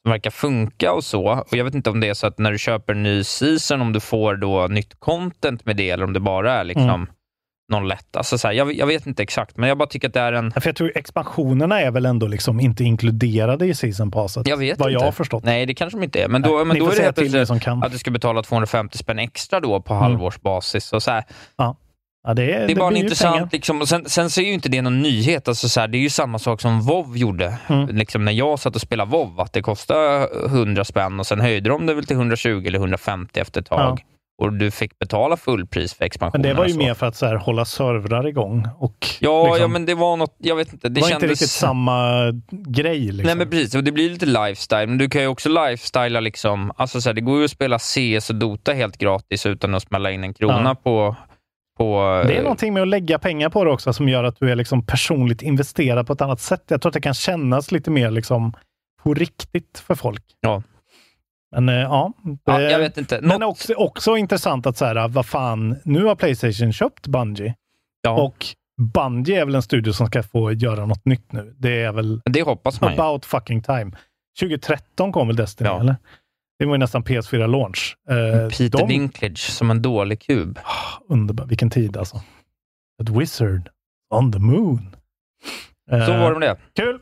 verkar funka och så. Och jag vet inte om det är så att när du köper en ny season, om du får då nytt content med det, eller om det bara är liksom någon lätt. Alltså så här, jag vet inte exakt, men jag bara tycker att det är en... För jag tror expansionerna är väl ändå liksom inte inkluderade i season passet. Jag vet vad inte. Jag har förstått. Nej, det kanske de inte är. Men då är det helt plötsligt att du ska betala 250 spänn extra då på halvårsbasis. Och så här. Ja, det är bara intressant liksom. Och sen så är ju inte det någon nyhet, alltså så här, det är ju samma sak som WoW gjorde liksom när jag satt och spelade WoW, att det kostade 100 spänn och sen höjde de det väl till 120 eller 150 efter ett tag och du fick betala fullpris för expansionen. Men det var ju mer för att så här, hålla servrar igång och ja, men det var något, jag vet inte, det var kändes... inte riktigt samma grej liksom. Nej, men precis, och det blir lite lifestyle, men du kan ju också lifestyla liksom, alltså så här, det går ju att spela CS och Dota helt gratis utan att smälla in en krona på... Det är någonting med att lägga pengar på det också som gör att du är liksom personligt investerad på ett annat sätt. Jag tror att det kan kännas lite mer liksom på riktigt för folk. Ja. Men jag vet inte. Men också intressant att så här, vad fan, nu har PlayStation köpt Bungie. Ja. Och Bungie är väl en studio som ska få göra något nytt nu. Det är väl det hoppas man about fucking time. 2013 kom väl Destiny, eller? Det var ju nästan PS4-launch. Peter Dinklage som en dålig kub. Underbar, vilken tid alltså. A wizard on the moon. Så var det med det. Kul.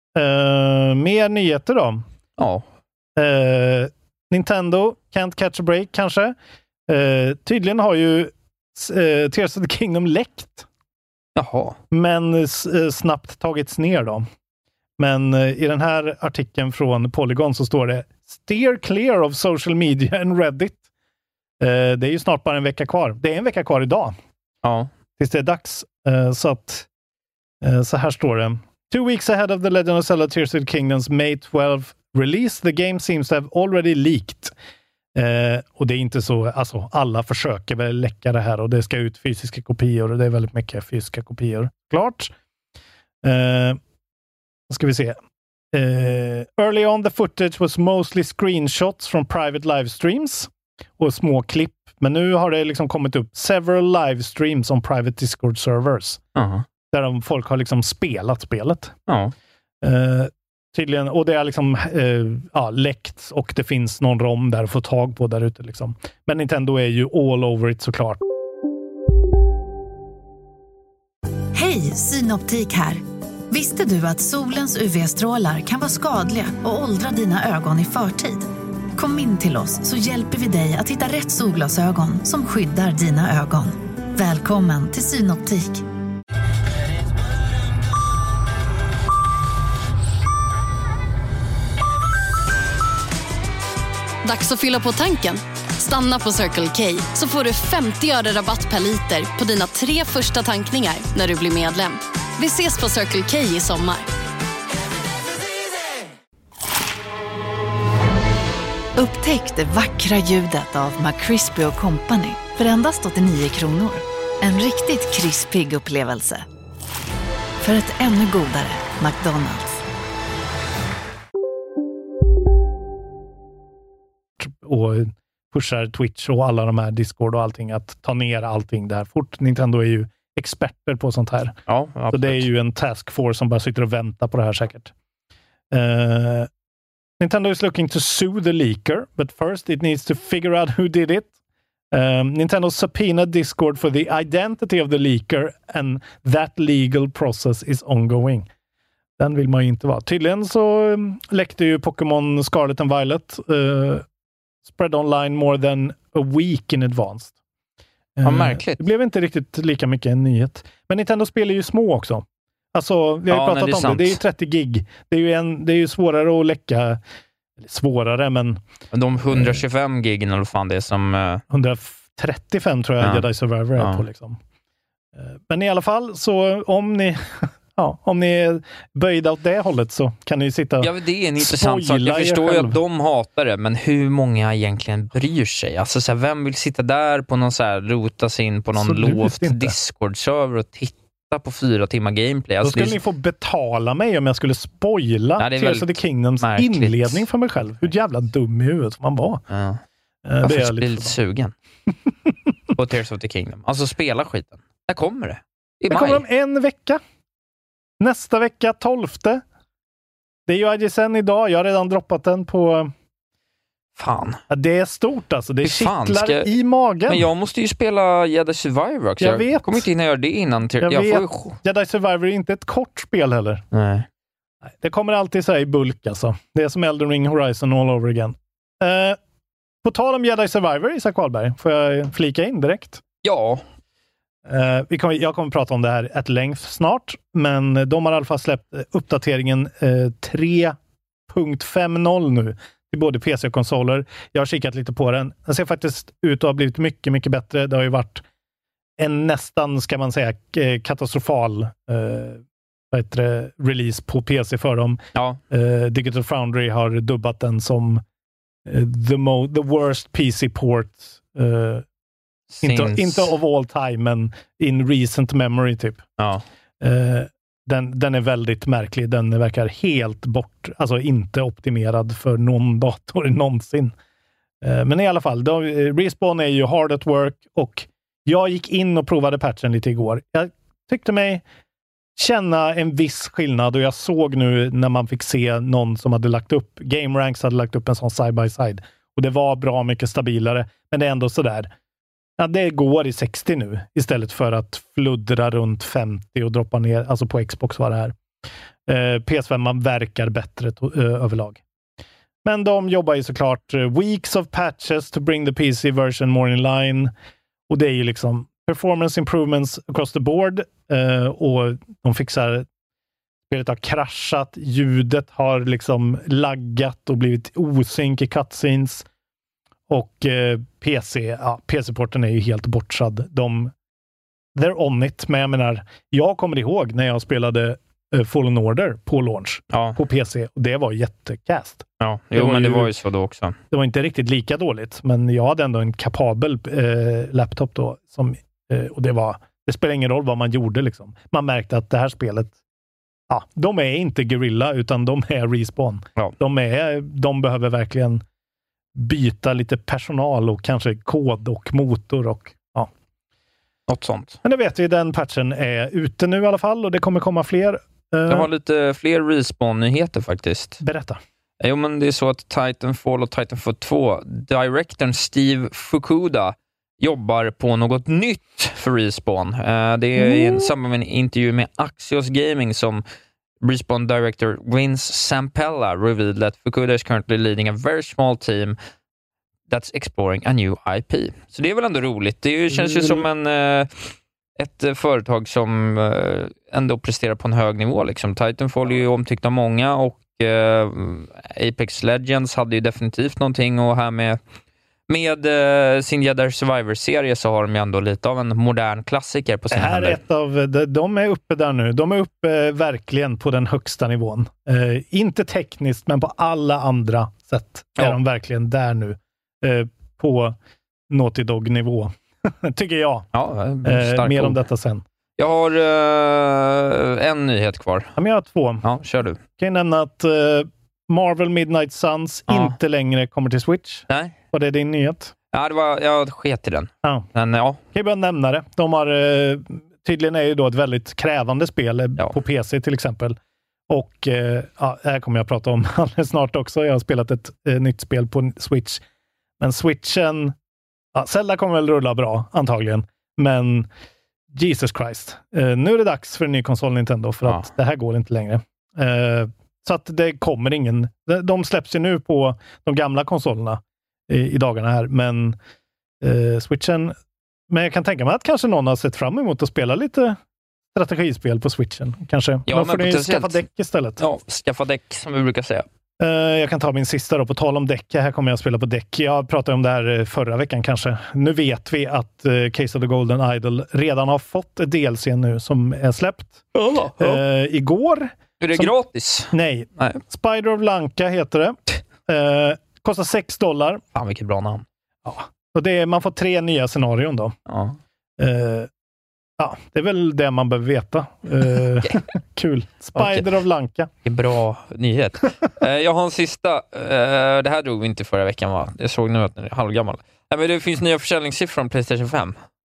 Mer nyheter då. Ja. Nintendo, can't catch a break kanske. Tydligen har ju Tears of the Kingdom läckt. Jaha. Men snabbt tagits ner då. Men i den här artikeln från Polygon så står det steer clear of social media and Reddit. Det är ju snart bara en vecka kvar. Det är en vecka kvar idag. Ja. Tills det är dags. Så här står det. 2 weeks ahead of the Legend of Zelda Tears of the Kingdom's May 12 release, the game seems to have already leaked. Och det är inte så, alltså alla försöker väl läcka det här och det ska ut fysiska kopior och det är väldigt mycket fysiska kopior. Klart. Ska vi se. Early on the footage was mostly screenshots from private livestreams och små klipp. Men nu har det liksom kommit upp several livestreams on private Discord servers. Där folk har liksom spelat spelet. Tydligen, och det är liksom läckt och det finns någon ROM där att få tag på där ute liksom. Men Nintendo är ju all over it såklart. Hej, Synoptik här. Visste du att solens UV-strålar kan vara skadliga och åldra dina ögon i förtid? Kom in till oss så hjälper vi dig att hitta rätt solglasögon som skyddar dina ögon. Välkommen till Synoptik. Dags att fylla på tanken. Stanna på Circle K så får du 50 öre rabatt per liter på dina 3 första tankningar när du blir medlem. Vi ses på Circle K i sommar. Upptäck det vackra ljudet av McCrispy & Company för endast 89 kronor. En riktigt krispig upplevelse. För ett ännu godare McDonald's. Och pushar Twitch och alla de här Discord och allting att ta ner allting där fort. Nintendo är ju experter på sånt här. Ja, så det är ju en task force som bara sitter och väntar på det här säkert. Nintendo is looking to sue the leaker, but first it needs to figure out who did it. Nintendo subpoenaed Discord for the identity of the leaker and that legal process is ongoing. Den vill man ju inte vara. Tydligen så läckte ju Pokémon Scarlet and Violet spread online more than a week in advance. Ja, märkligt. Det blev inte riktigt lika mycket en nyhet. Men Nintendo spelar ju små också. Alltså, vi har ju pratat om det. Det är ju 30 gig. Det är ju svårare att läcka. Svårare, men... De 125 gig eller vad fan det är som... 135 tror jag Jedi Survivor är på liksom. Men i alla fall, så om ni... om ni är böjda åt det hållet så kan ni sitta och det är en intressant sak. Jag förstår ju att de hatar det, men hur många egentligen bryr sig? Alltså så här, vem vill sitta där på någon så här, rota sig in på någon låst Discord-server och titta på 4 timmar gameplay? Alltså, då skulle ni få betala mig om jag skulle spoila Tears of the Kingdoms inledning för mig själv. Hur jävla dum i huvudet man var. Ja. Jag får bli lite sugen på Tears of the Kingdom. Alltså spela skiten. Där kommer det. Det kommer om en vecka. Nästa vecka, 12. Det är ju IGSN idag. Jag har redan droppat den på... Fan. Ja, det är stort alltså. Det kittlar i magen. Men jag måste ju spela Jedi Survivor också. Jag vet. Kommer inte hinna göra det innan. Jedi Survivor är inte ett kort spel heller. Nej. Det kommer alltid så här i bulk alltså. Det är som Elden Ring Horizon all over again. På tal om Jedi Survivor, Isak Wahlberg, får jag flika in direkt? Ja. Jag kommer prata om det här at length snart, men de har i alla fall släppt uppdateringen 3.50 nu till både PC och konsoler. Jag har kikat lite på den. Den ser faktiskt ut att ha blivit mycket, mycket bättre. Det har ju varit en nästan, ska man säga, katastrofal release på PC för dem. Ja. Digital Foundry har dubbat den som the worst PC port inte of all time, men in recent memory typ. Ja. Den är väldigt märklig. Den verkar helt alltså inte optimerad för någon dator någonsin. Men i alla fall, Respawn är ju hard at work och jag gick in och provade patchen lite igår. Jag tyckte mig känna en viss skillnad och jag såg nu när man fick se någon som hade lagt upp, GameRanks hade lagt upp en sån side-by-side och det var bra mycket stabilare, men det är ändå sådär. Ja, det går i 60 nu istället för att fluddra runt 50 och droppa ner, alltså på Xbox var det här. PS5 man verkar bättre överlag. Men de jobbar ju såklart weeks of patches to bring the PC version more in line. Och det är ju liksom performance improvements across the board. Och de fixar, spelet har kraschat, ljudet har liksom laggat och blivit osynk i cutscenes. Och PC-porten är ju helt bortsad. They're on it, men jag menar, jag kommer ihåg när jag spelade Fallen Order på launch på PC. Och det var jättekast. Ja, men det var ju så då också. Det var inte riktigt lika dåligt, men jag hade ändå en kapabel laptop då. Och det spelar ingen roll vad man gjorde liksom. Man märkte att det här spelet, de är inte Guerrilla utan de är Respawn. Ja. De behöver verkligen byta lite personal och kanske kod och motor och något sånt. Men det vet vi, den patchen är ute nu i alla fall och det kommer komma fler. Jag har lite fler Respawn-nyheter faktiskt. Berätta. Jo, men det är så att Titanfall och Titanfall 2, directorn Steve Fukuda jobbar på något nytt för Respawn. Det är i samband med en intervju med Axios Gaming som Respawn director Vince Zampella revealed that Fukuda is currently leading a very small team that's exploring a new IP. Så det är väl ändå roligt. Det känns ju som ett företag som ändå presterar på en hög nivå. Liksom. Titanfall är ju omtyckt av många och Apex Legends hade ju definitivt någonting, och här med sin Jedi Survivor-serie så har de ju ändå lite av en modern klassiker på sina händer. De är uppe där nu. De är uppe verkligen på den högsta nivån. Inte tekniskt, men på alla andra sätt är de verkligen där nu. På Naughty Dog-nivå. Tycker jag. Ja, mer om detta sen. Jag har en nyhet kvar. Ja, men jag har 2. Ja, kör du. Kan jag nämna att Marvel Midnight Suns inte längre kommer till Switch. Nej. Var det din nyhet? Ja, jag sket i den. Ja. Men Kan jag bara nämna det. De har tydligen är ju då ett väldigt krävande spel på PC till exempel. Och här kommer jag prata om alldeles snart också. Jag har spelat ett nytt spel på Switch. Men Switchen, Zelda kommer väl rulla bra antagligen. Men Jesus Christ. Nu är det dags för en ny konsol Nintendo för att det här går inte längre. Så att det kommer ingen. De släpps ju nu på de gamla konsolerna i dagarna här. Men Switchen. Men jag kan tänka mig att kanske någon har sett fram emot att spela lite strategispel på Switchen. Kanske. Då får ni skaffa däck istället. Ja, skaffa däck som vi brukar säga. Jag kan ta min sista då. På tal om däck. Här kommer jag att spela på däck. Jag pratade om det här förra veckan kanske. Nu vet vi att Case of the Golden Idol redan har fått ett DLC nu som är släppt. Igår. Är det gratis? Nej. Spider of Lanka heter det. Kostar $6. Fan, vilket bra namn. Ja. Och man får 3 nya scenarion då. Ja. Det är väl det man behöver veta. Kul. Spider of Lanka. Det är bra nyhet. Jag har en sista. Det här drog vi inte förra veckan, va? Jag såg nu att den är halvgammal. Men det finns nya försäljningssiffror om PlayStation 5.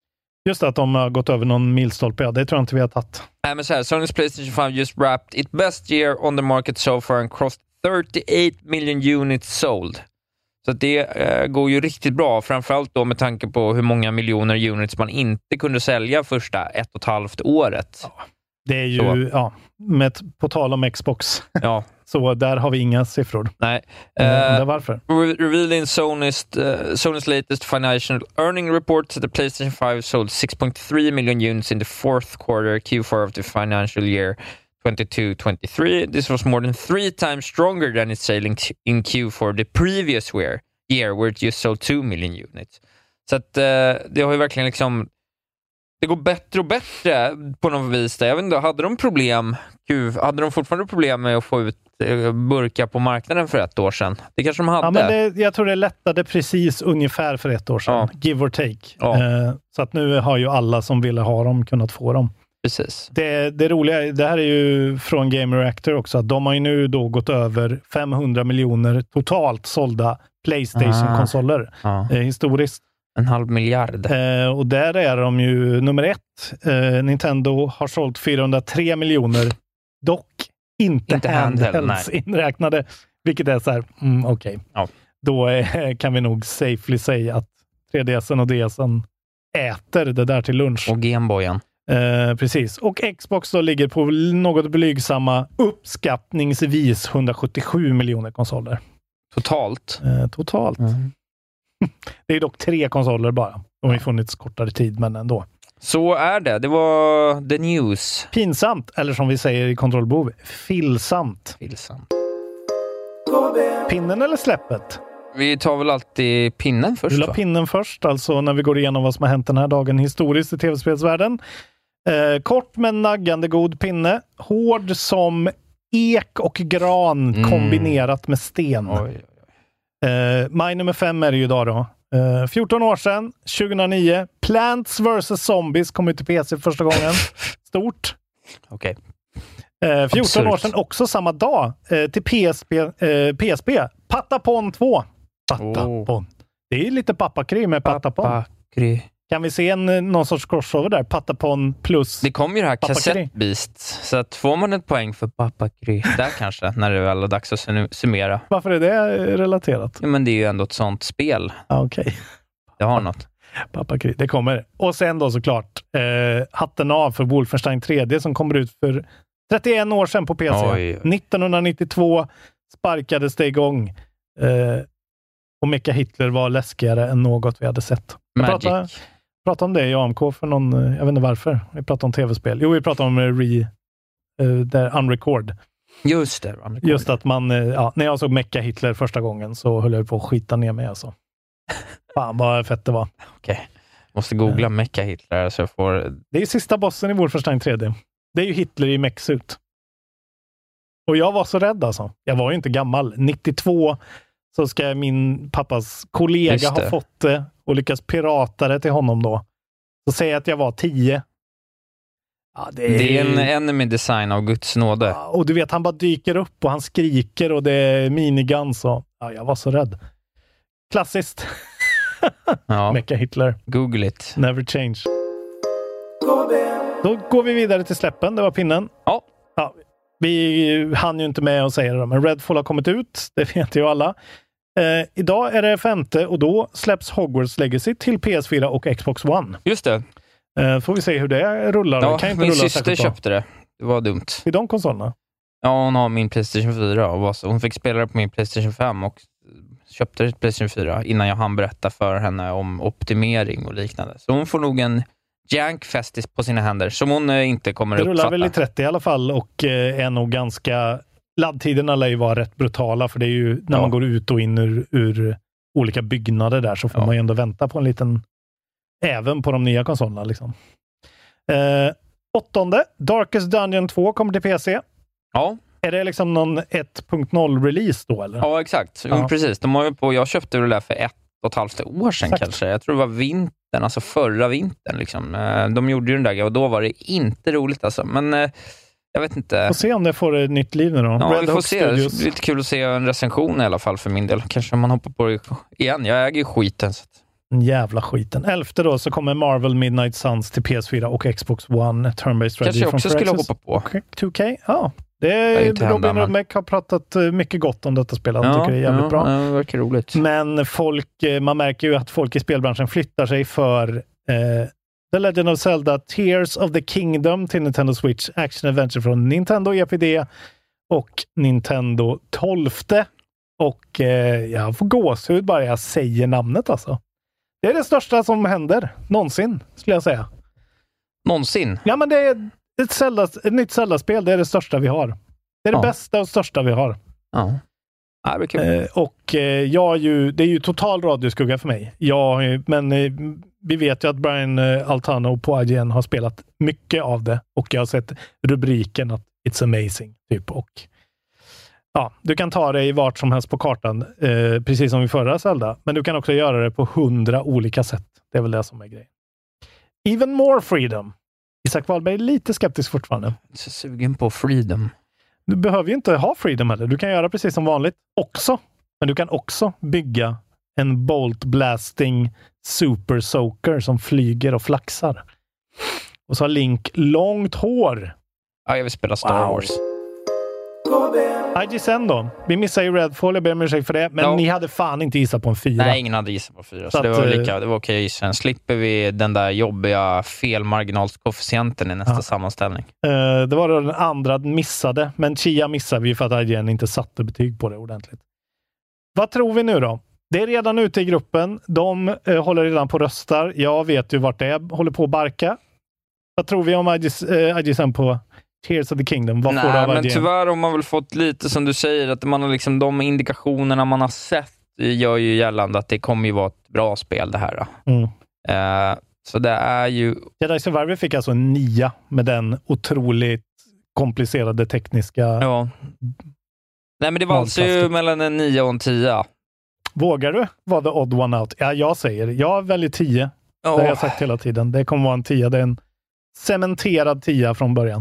Just att de har gått över någon milstolpe, det tror jag inte vi har tagit. Nej, men så här, Sony's PlayStation 5 just wrapped its best year on the market so far and crossed 38 million units sold. Så det går ju riktigt bra, framförallt då med tanke på hur många miljoner units man inte kunde sälja första 1,5 året. Ja, det är ju, på tal om Xbox. Ja. Så där har vi inga siffror. Nej. Varför? Revealing Sony's latest financial earning report, the PlayStation 5 sold 6.3 million units in the fourth quarter, Q4 of the financial year 22-23. This was more than 3 times stronger than its selling in Q4 the previous year where it just sold 2 million units. Så att det har ju verkligen liksom, det går bättre och bättre på något vis. Jag vet inte, hade de fortfarande problem med att få ut burkar på marknaden för 1 år sedan? Det kanske de hade. Ja, men jag tror det lättade precis ungefär för 1 år sedan. Ja. Give or take. Ja. Så att nu har ju alla som ville ha dem kunnat få dem. Precis. Det roliga, det här är ju från Game Reactor också, att de har ju nu då gått över 500 miljoner totalt sålda PlayStation-konsoler historiskt. 0,5 miljard. Och där är de ju nummer 1. Nintendo har sålt 403 miljoner. Dock inte handhelds inräknade. Vilket är så här, okej. Ja. Då kan vi nog safely säga att 3DSen och DSen äter det där till lunch. Och Gameboyen. Precis. Och Xbox då ligger på något blygsamma uppskattningsvis 177 miljoner konsoler. Totalt? Totalt. Det är dock 3 konsoler bara. De har funnits kortare tid, men ändå. Så är det. Det var the news. Pinsamt, eller som vi säger i kontrollbehov, filsamt. Pinnen eller släppet? Vi tar väl alltid pinnen först. Du la pinnen först, alltså när vi går igenom vad som har hänt den här dagen historiskt i tv-spelsvärlden. Kort men naggande god pinne. Hård som ek och gran kombinerat med sten. Maj nummer 5 är det ju idag då. 14 år sedan, 2009. Plants vs. Zombies kom ut till PC första gången. Stort. Okej. 14 år sedan, också samma dag, till PSP. Patapon 2. Patapon. Det är lite pappakry med Patapon. Kan vi se någon sorts crossover där? Patapon plus. Det kommer ju det här kassettbeast. Så att får man ett poäng för pappakry där kanske, när det väl är dags att summera. Varför är det relaterat? Ja, men det är ju ändå ett sånt spel. Okej. Det har något. Pappakry, det kommer. Och sen då såklart hatten av för Wolfenstein 3D som kommer ut för 31 år sedan på PC. 1992 sparkades det igång. Och Mecha Hitler var läskigare än något vi hade sett. Jag pratade om det i AMK för någon, jag vet inte varför. Vi pratade om tv-spel. Jo, vi pratade om Unrecord. Just det. Unrecord. Just att man, när jag såg Mecha Hitler första gången så höll jag på att skita ner mig alltså. Fan vad fett det var. Okej. Måste googla Mecha Hitler så jag får. Det är sista bossen i Wolfenstein 3D. Det är ju Hitler i mech-suit. Och jag var så rädd alltså. Jag var ju inte gammal. 92 så ska min pappas kollega ha fått det och lyckas pirata det till honom då. Så säger jag att jag var 10. Ja, det är en enemy design av Guds nåde. Ja, och du vet, han bara dyker upp och han skriker och det är miniguns och jag var så rädd. Klassiskt. Mecha Hitler. Google it. Never change. Då går vi vidare till släppen. Det var pinnen. Ja. Vi hann ju inte med att säga det, men Redfall har kommit ut. Det vet ju alla. Idag är det 5:e och då släpps Hogwarts Legacy till PS4 och Xbox One. Just det. Får vi se hur det rullar. Ja, kan inte min rulla syster köpte det. Det var dumt. I de konsolerna? Ja, hon har min PlayStation 4 och hon fick spela det på min PlayStation 5 och köpte PlayStation 4 innan jag hann berätta för henne om optimering och liknande. Så hon får nog en jankfestis på sina händer som hon inte kommer att uppfatta. Det rullar väl i 30 i alla fall och är nog ganska. Laddtiderna lär ju vara rätt brutala för det är ju när man går ut och in ur olika byggnader där så får man ju ändå vänta på en liten, även på de nya konsolerna liksom. 8:e, Darkest Dungeon 2 kommer till PC. Ja. Är det liksom någon 1.0 release då eller? Ja, exakt. Ja. Precis. Jag köpte det där för 1,5 år sedan kanske. Jag tror det var vintern, alltså förra vintern liksom. De gjorde ju den där och då var det inte roligt alltså. Men jag vet inte. Får se om det får ett nytt liv nu då. Ja, vi får se. Det är lite kul att se en recension i alla fall för min del. Kanske man hoppar på det igen. Jag äger ju skiten. Så. Den jävla skiten. 11 då så kommer Marvel Midnight Suns till PS4 och Xbox One turn-based strategy. Kanske också skulle hoppa på. 2K, ja. Robin Rudmeck har pratat mycket gott om detta spel. Han tycker det är jävligt bra. Det verkar roligt. Men man märker ju att folk i spelbranschen flyttar sig för The Legend of Zelda Tears of the Kingdom till Nintendo Switch Action Adventure från Nintendo EPD och Nintendo 12. Och jag får gåshud bara jag säger namnet alltså. Det är det största som händer någonsin, skulle jag säga. Någonsin? Ja, men det är ett nytt Zelda-spel. Det är det största vi har. Det är det bästa och största vi har. Ja. Ja, det är kul. Det är ju total radioskugga för mig. Men vi vet ju att Brian Altano på IGN har spelat mycket av det. Och jag har sett rubriken att It's amazing. Typ. Och ja, du kan ta det i vart som helst på kartan. Precis som i förra Zelda. Men du kan också göra det på 100 olika sätt. Det är väl det som är grejen. Even more freedom. Isak Wahlberg är lite skeptisk fortfarande. Så sugen på freedom. Du behöver ju inte ha freedom heller. Du kan göra precis som vanligt också. Men du kan också bygga en bolt blasting super soaker som flyger och flaxar. Och så har Link långt hår. Ja, jag vill spela Star Wars. IGN då. Vi missade ju Redfall, jag ber om ursäkt för det. Men ni hade fan inte gissat på en 4. Nej, ingen hade gissat på 4. Så det var okej. Sen slipper vi den där jobbiga felmarginalskoefficienten i nästa sammanställning. Det var då den andra missade. Men Chia missade vi för att IGN inte satte betyg på det ordentligt. Vad tror vi nu då? Det är redan ute i gruppen. De håller redan på röstar. Jag vet ju vart det är. Håller på att barka. Vad tror vi om IGN på Tears of the Kingdom? Vad får det av men tyvärr har man väl fått lite som du säger att man har liksom de indikationerna man har sett gör ju gällande att det kommer ju vara ett bra spel det här. Så det är ju... Jedi Survivor fick alltså en 9 med den otroligt komplicerade tekniska... Ja. Nej, men det var alltså ju mellan en 9 och en 10. Vågar du vara the odd one out? Ja, jag väljer 10. Det har jag sagt hela tiden. Det kommer vara en 10. Det är en cementerad 10 från början.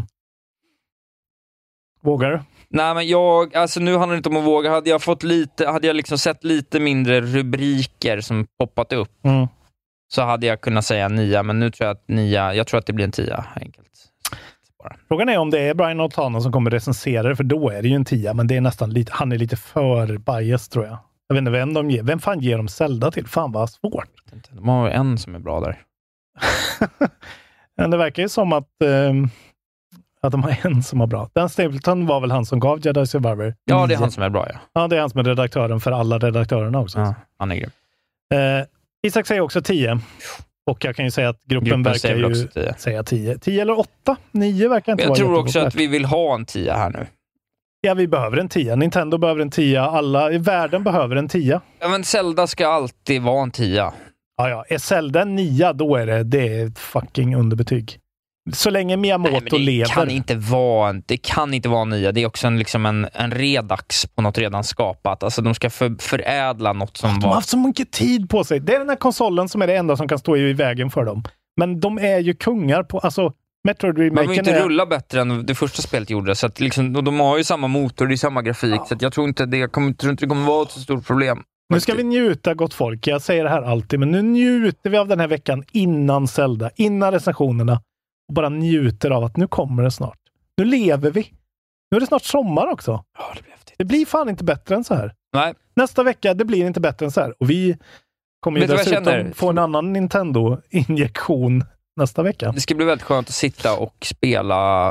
Vågar du? Nej, men nu handlar det inte om att våga. Hade jag liksom sett lite mindre rubriker som poppat upp så hade jag kunnat säga 9, men nu tror jag att det blir en 10 enkelt. Bara. Frågan är om det är Brian Altano som kommer recensera det, för då är det ju en 10, men det är nästan lite, han är lite för bias tror jag. Jag vet inte vem fan ger de Zelda till? Fan vad svårt. De har en som är bra där. Men det verkar ju som att de har en som var bra. Dan Stapleton var väl han som gav Jedi Survivor. Ja, det är han som är bra, ja. Ja, det är han som är redaktören för alla redaktörerna också. Ja, han är grym. Isak säger också 10. Och jag kan ju säga att gruppen verkar ju säga 10. 10 eller 8. 9 verkar inte vara. Jag tror också att vi vill ha en 10 här nu. Ja, vi behöver en 10. Nintendo behöver en 10. Alla i världen behöver en 10. Ja, men Zelda ska alltid vara en 10. Ja. Är Zelda en 9, då är det är ett fucking underbetyg. Så länge Miyamoto lever. Det kan inte vara en 9. Det är också en redax på något redan skapat. Alltså de ska förädla något som de har haft så mycket tid på sig. Det är den här konsolen som är det enda som kan stå i vägen för dem. Men de är ju kungar på... Alltså, Metroid Remaken man vill inte rulla bättre än det första spelet gjorde. Så att de har ju samma motor, det är samma grafik. Så att jag tror inte det kommer vara ett så stort problem. Nu ska vi njuta, gott folk. Jag säger det här alltid. Men nu njuter vi av den här veckan innan Zelda. Innan recensionerna. Och bara njuter av att nu kommer det snart. Nu lever vi. Nu är det snart sommar också. Ja, det blir fan inte bättre än så här. Nej. Nästa vecka, det blir inte bättre än så här. Och vi kommer ju dessutom få en annan Nintendo-injektion nästa vecka. Det ska bli väldigt skönt att sitta och spela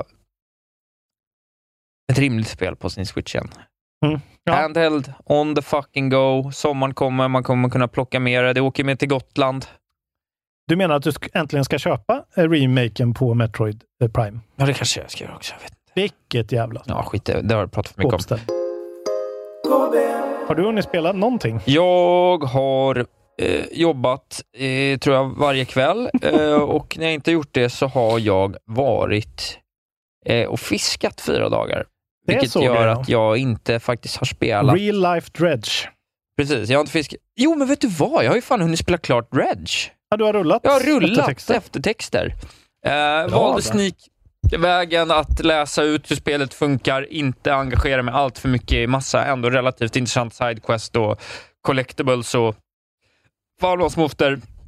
ett rimligt spel på sin Switch igen. Ja. Handheld, on the fucking go. Sommaren kommer, man kommer kunna plocka mer. Det åker med till Gotland. Du menar att du äntligen ska köpa remaken på Metroid Prime? Ja, det kanske jag ska göra också. Jag vet inte. Vilket jävla... Ja, skit det har jag pratat för mycket om. Har du hunnit spela någonting? Jag har jobbat, tror jag, varje kväll. Och när jag inte gjort det så har jag varit och fiskat 4 dagar. Vilket gör att jag inte faktiskt har spelat. Real life dredge. Precis, jag har inte fiskat. Jo, men vet du vad? Jag har ju fan hunnit spela klart dredge. Ja, du har rullat? Jag har rullat eftertexter. Valde sneakvägen att läsa ut hur spelet funkar. Inte engagera mig allt för mycket i massa ändå relativt intressant sidequest och collectibles och farlåsmofter.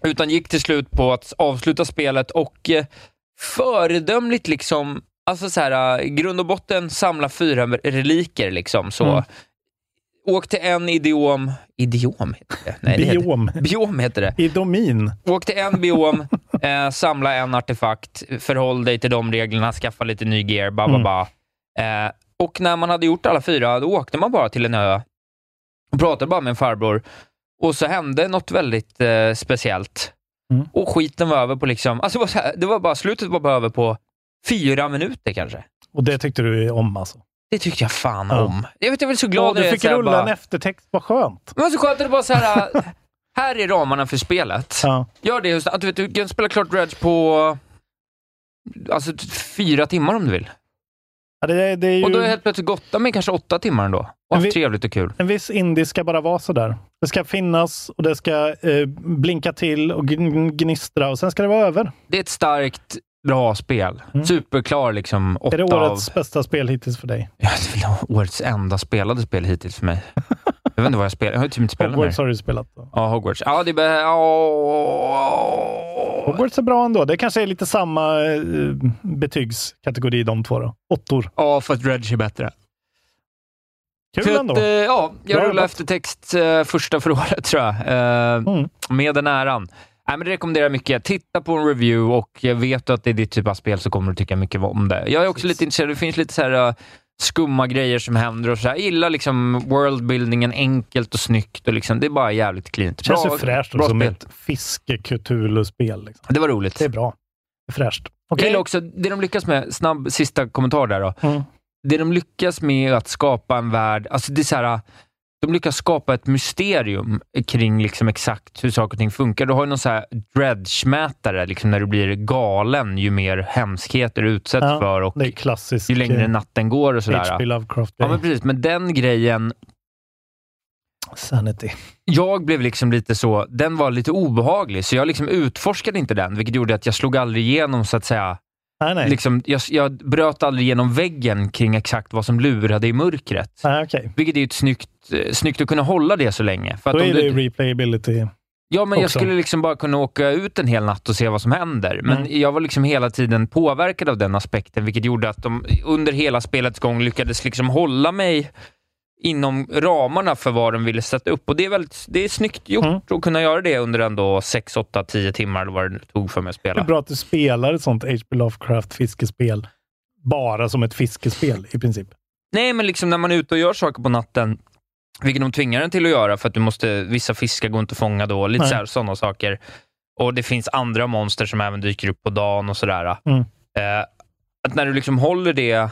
Utan gick till slut på att avsluta spelet och föredömligt liksom, alltså så här, grund och botten samla 4 reliker liksom, så åk till en idiom heter det? Nej, biom heter det. Idomin. Åk till en biom, samla en artefakt, förhåll dig till de reglerna, skaffa lite ny gear, och när man hade gjort alla 4, då åkte man bara till en ö och pratade bara med en farbror. Och så hände något väldigt speciellt. Och skiten var över på liksom... Alltså det var bara, slutet var bara över på 4 minuter kanske. Och det tyckte du om alltså? Det tyckte jag fan om. Jag var så glad. Du fick rulla en eftertext, vad skönt. Men så skönt att det bara så här... här är ramarna för spelet. Ja. Gör det just att du kan spela klart Dredge på... Alltså 4 timmar om du vill. Ja, det är ju... Och då är helt plötsligt gotta med kanske 8 timmar ändå. Och trevligt och kul. En viss indie ska bara vara så där. Det ska finnas och det ska blinka till och gnistra och sen ska det vara över. Det är ett starkt, bra spel. Superklar liksom. 8 är det årets bästa spel hittills för dig? Ja, det är årets enda spelade spel hittills för mig. Jag vet inte vad jag spelar. Jag har typ inte spelat Hogwarts har du spelat då? Ja, Hogwarts. Ja, det är Hogwarts är bra ändå. Det kanske är lite samma betygskategori de två då. 8. Ja, för att Dredge är bättre. Kul ändå. Jag rullar efter text första för året tror jag. Med den äran. Nej, men det rekommenderar mycket. Titta på en review och vet du att det är ditt typ av spel så kommer du tycka mycket om det. Jag är också lite intresserad. Det finns lite så här skumma grejer som händer och så här. Jag gillar liksom worldbuildingen enkelt och snyggt och liksom, det är bara jävligt cleant. Det känns ju fräscht som ett fiske-Cthulhu-spel. Liksom. Det var roligt. Det är bra. Det är fräscht. Okay. Jag gillar också, det de lyckas med, snabb sista kommentar där då. Det de lyckas med att skapa en värld, alltså det är så här, de lyckas skapa ett mysterium kring liksom exakt hur saker och ting funkar. Du har ju någon så här dredge-mätare liksom, när du blir galen ju mer hemskheter du utsätts för och det är klassiskt, ju längre natten går och sådär. H.P. Lovecraft. Ja, men precis. Men den grejen... Sanity. Jag blev liksom lite så... Den var lite obehaglig, så jag liksom utforskade inte den, vilket gjorde att jag slog aldrig igenom så att säga... Nej. Liksom, jag bröt aldrig igenom väggen kring exakt vad som lurade i mörkret. Okay. Vilket är ju ett snyggt att kunna hålla det så länge. För då att är det replayability. Ja, men också. Jag skulle liksom bara kunna åka ut en hel natt och se vad som händer. Men jag var liksom hela tiden påverkad av den aspekten, vilket gjorde att de under hela spelets gång lyckades liksom hålla mig inom ramarna för vad de ville sätta upp. Och det är snyggt gjort att kunna göra det under ändå 6, 8, 10 timmar eller vad det tog för mig att spela. Det är bra att du spelar ett sånt H.P. Lovecraft fiskespel bara som ett fiskespel i princip. Nej, men liksom när man är ute och gör saker på natten, vilket de tvingar en till att göra för att vissa fiskar går inte att fånga då, lite sådana saker. Och det finns andra monster som även dyker upp på dagen och sådär. Att när du liksom håller det...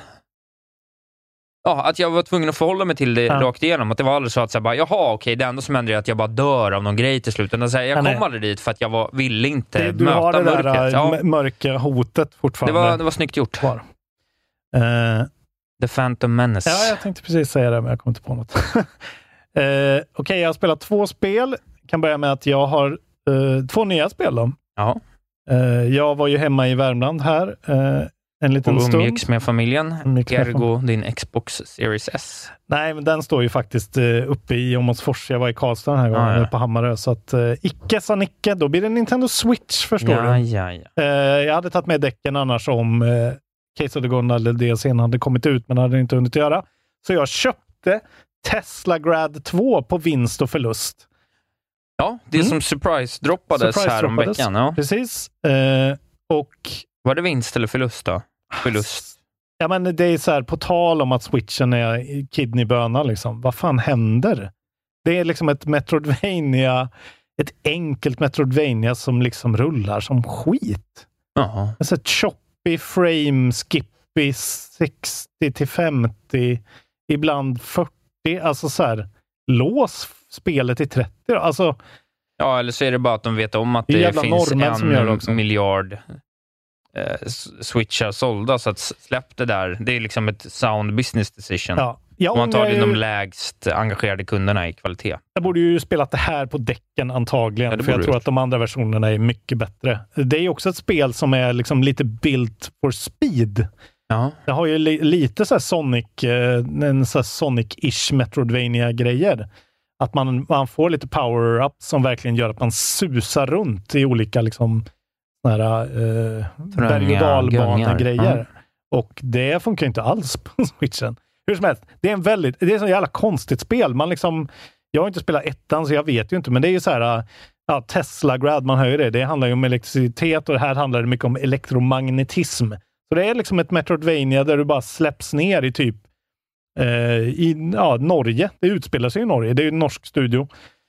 Ja, att jag var tvungen att förhålla mig till det rakt igenom. Att det var aldrig så att jag bara, jaha, okej, det enda som händer är att jag bara dör av någon grej till slut. Jag kom aldrig dit för att jag ville inte du möta har det mörkret. Där mörka hotet fortfarande. Det var snyggt gjort. The Phantom Menace. Ja, jag tänkte precis säga det, men jag kom inte på något. Okej, jag har spelat 2 spel. Kan börja med att jag har 2 nya spel då. Ja. Jag var ju hemma i Värmland här en liten och stund. umgicks med familjen. Ergo din Xbox Series S. Nej, men den står ju faktiskt uppe i Åmotfors. Jag var i Karlstad den här gången på Hammarö. Så att icke sa Nicke. Då blir det Nintendo Switch, förstår du. Jag hade tagit med däcken annars om Case of the Golden eller DLC:n hade kommit ut, men hade inte hunnit göra. Så jag köpte Tesla Grad 2 på vinst och förlust. Ja, det som surprise-droppades här om veckan. Ja. Precis. Och var det vinst eller förlust då? Förlust. Ja, men det är så här, på tal om att Switchen är kidneyböna liksom. Vad fan händer? Det är liksom ett enkelt Metroidvania som liksom rullar som skit. Alltså ett choppy frame, skippy 60-50, ibland 40. Alltså så här, lås spelet i 30. Alltså, ja, eller så är det bara att de vet om att det finns 1 miljard switchar sålda, så att släpp det där. Det är liksom ett sound business decision. Ja, man tar de lägst engagerade kunderna i kvalitet. Jag borde ju spelat det här på däcken antagligen, för jag tror att de andra versionerna är mycket bättre. Det är också ett spel som är liksom lite built for speed. Ja. Det har ju lite så här Sonic-ish Metroidvania-grejer. Att man får lite power-up som verkligen gör att man susar runt i olika liksom berg- och dalbanegrejer. Och det funkar inte alls på Switchen. Hur som helst, det är så jävla konstigt spel. Man liksom, jag har inte spelat ettan så jag vet ju inte, men det är ju så här Tesla Grad, man hör ju det. Det handlar ju om elektricitet och det här handlar mycket om elektromagnetism. Så det är liksom ett Metroidvania där du bara släpps ner i typ Norge. Det utspelar sig i Norge. Det är ju en norsk studio.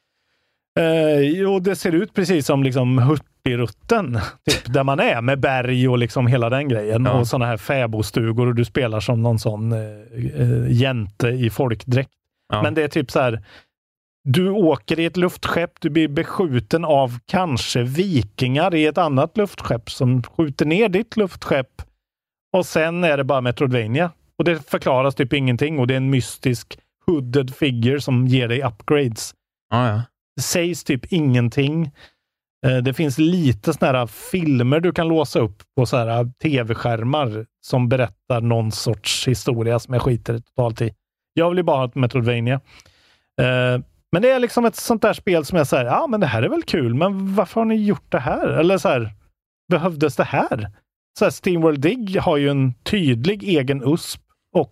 Och det ser ut precis som liksom Hurtigruten typ, där man är med berg och liksom hela den grejen. Och såna här fäbostugor och du spelar som någon sån jänte i folkdräkt. Men det är typ så här, du åker i ett luftskepp, du blir beskjuten av kanske vikingar i ett annat luftskepp som skjuter ner ditt luftskepp. Och sen är det bara Metroidvania. Och det förklaras typ ingenting. Och det är en mystisk hooded figure som ger dig upgrades. Det sägs typ ingenting. Det finns lite såna här filmer du kan låsa upp på så här tv-skärmar som berättar någon sorts historia som jag skiter totalt i. Jag vill ju bara ha ett Metroidvania. Men det är liksom ett sånt där spel som jag säger, men det här är väl kul, men varför har ni gjort det här? Eller så här, behövdes det här? Så här, SteamWorld Dig har ju en tydlig egen USP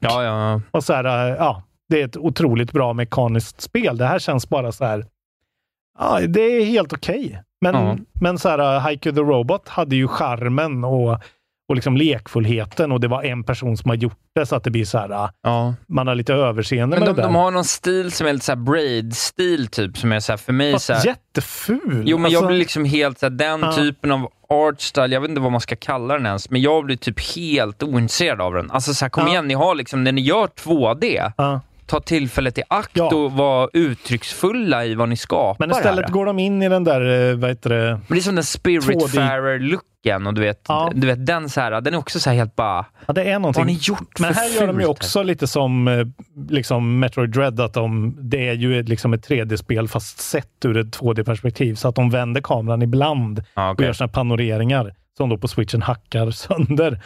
och så här, det är ett otroligt bra mekaniskt spel. Det här känns bara så här, det är helt okej. Men så här, Haiku the Robot hade ju charmen och liksom lekfullheten, och det var en person som har gjort det så att det blir så här, man har lite överseende med det. De har någon stil som är lite så här braid-stil typ, som är så här för mig. Fast så här, jätteful. Jo, men jag blir liksom helt så här, den typen av artstyle, jag vet inte vad man ska kalla den ens, men jag blir typ helt ointresserad av den. Alltså så här, kom igen, ni har liksom, när ni gör 2D, ta tillfället i akt och vara uttrycksfulla i vad ni skapar. Men istället går de in i den där, vad heter det? Men det är som den Spiritfarer-looken, och du vet den så här, den är också så här helt bara... Ja, det är någonting. Vad har ni gjort? Men här gör de ju också lite som liksom Metroid Dread, att det är ju liksom ett 3D-spel fast sett ur ett 2D-perspektiv, så att de vänder kameran ibland och gör såna panoreringar som då på Switchen hackar sönder.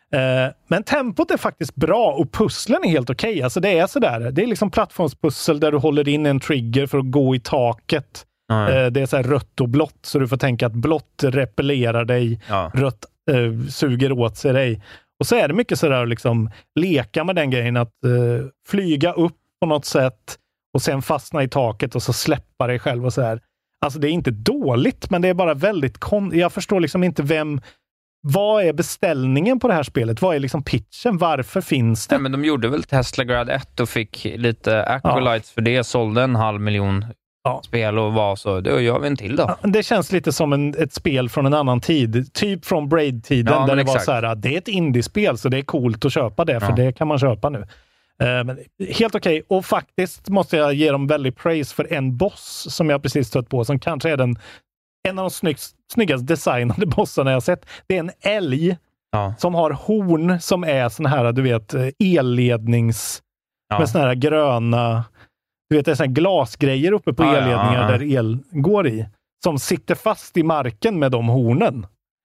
Men tempot är faktiskt bra och pusslen är helt okej. Alltså det är sådär. Det är liksom plattformspussel där du håller in en trigger för att gå i taket. Det är så här rött och blått, så du får tänka att blått repellerar dig, rött suger åt sig dig. Och så är det mycket sådär liksom leka med den grejen att flyga upp på något sätt och sen fastna i taket och så släppa dig själv och så här. Alltså det är inte dåligt, men det är bara väldigt jag förstår liksom inte vad är beställningen på det här spelet? Vad är liksom pitchen? Varför finns det? Nej, men de gjorde väl Tesla Grad 1 och fick lite acolytes för det. Sålde 500 000 spel och var så. Då gör vi en till då. Det känns lite som ett spel från en annan tid. Typ från Braid-tiden där det var så här, det är ett indiespel så det är coolt att köpa det, för det kan man köpa nu. Men helt okej. Och faktiskt måste jag ge dem väldigt praise för en boss som jag precis stött på, som kanske är en av de snyggast designade bossarna jag har sett. Det är en älg som har horn som är såna här, du vet, ellednings med såna här gröna, du vet, det är såna här glasgrejer uppe på elledningar där el går i, som sitter fast i marken med de hornen.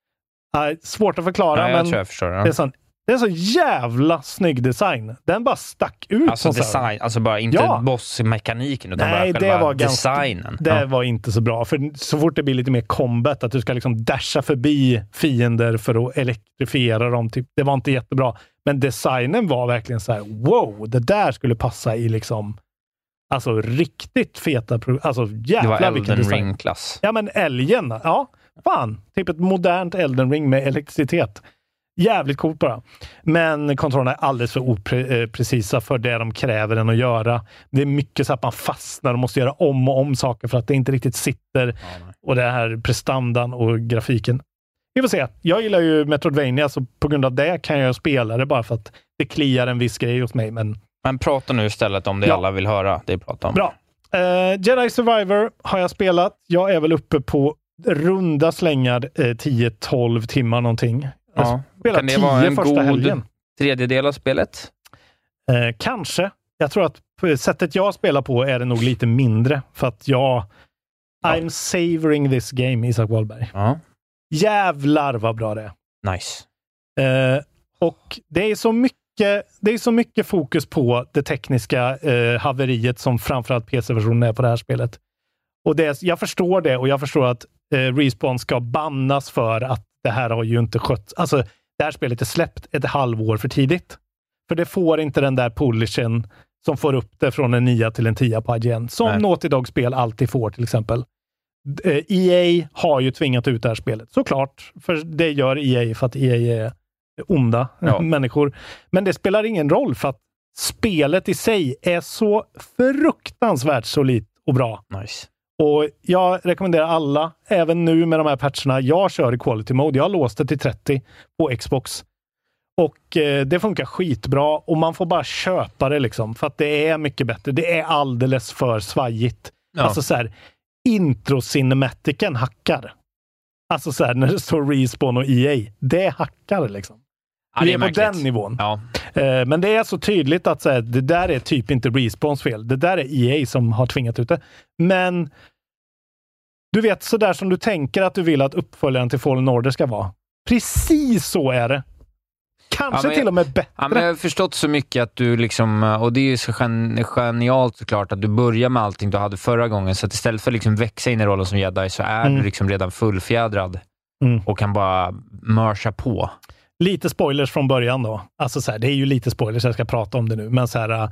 Svårt att förklara, men jag förstår, det är så jävla snygg design. Den bara stack ut. Alltså design, alltså bara inte bossmekaniken, utan bara själva designen. Det var inte så bra. För så fort det blir lite mer combat, att du ska liksom dasha förbi fiender för att elektrifiera dem. Typ, det var inte jättebra. Men designen var verkligen så här: wow, det där skulle passa i liksom, alltså riktigt feta, alltså jävla det var vilken Elden design. Ring-klass. Ja, men älgen, fan. Typ ett modernt Elden Ring med elektricitet. Jävligt coolt bara. Men kontrollerna är alldeles för oprecisa för det de kräver den att göra. Det är mycket så att man fastnar och måste göra om och om saker för att det inte riktigt sitter. Och det här prestandan och grafiken. Vi får se. Jag gillar ju Metroidvania, så på grund av det kan jag spela det bara för att det kliar en viss grej hos mig. Men prata nu istället om det alla vill höra. Det pratar om. Bra. Jedi Survivor har jag spelat. Jag är väl uppe på runda slängar 10-12 timmar någonting. Kan det vara en god tredjedel av spelet? Kanske. Jag tror att sättet jag spelar på är det nog lite mindre. För att I'm savoring this game, Isak Wahlberg. Jävlar vad bra det är. Nice. Och det är så mycket så mycket fokus på det tekniska haveriet som framförallt PC-versionen är på det här spelet. Och jag förstår det, och jag förstår att Respawn ska bannas för att det här har ju inte skött. Alltså, det här spelet är släppt ett halvår för tidigt. För det får inte den där polishen som får upp det från en 9 till en 10 på IGN. Som Naughty Dog-spel alltid får, till exempel. EA har ju tvingat ut det här spelet. Såklart, för det gör EA för att EA är onda människor. Men det spelar ingen roll, för att spelet i sig är så fruktansvärt solidt och bra. Nice. Och jag rekommenderar alla, även nu med de här patcherna, jag kör i quality mode. Jag har låst det till 30 på Xbox. Och det funkar skitbra, och man får bara köpa det liksom, för att det är mycket bättre. Det är alldeles för svajigt. Ja. Alltså så här, intro-cinematiken hackar. Alltså så här, när det står Respawn och EA, det hackar liksom. Ja, det är på den nivån. Ja. Men det är så tydligt att så här, det där är typ inte Respawns fel. Det där är EA som har tvingat ut det. Men du vet, så där som du tänker att du vill att uppföljaren till Fallen Order ska vara. Precis så är det. Kanske till och med bättre. Ja, men jag har förstått så mycket att du liksom, och det är ju så genialt såklart, att du börjar med allting du hade förra gången, så att istället för liksom växa in i rollen som Jedi så är du liksom redan fullfjädrad och kan bara mörsa på. Lite spoilers från början då. Alltså så här, det är ju lite spoilers, jag ska prata om det nu, men så här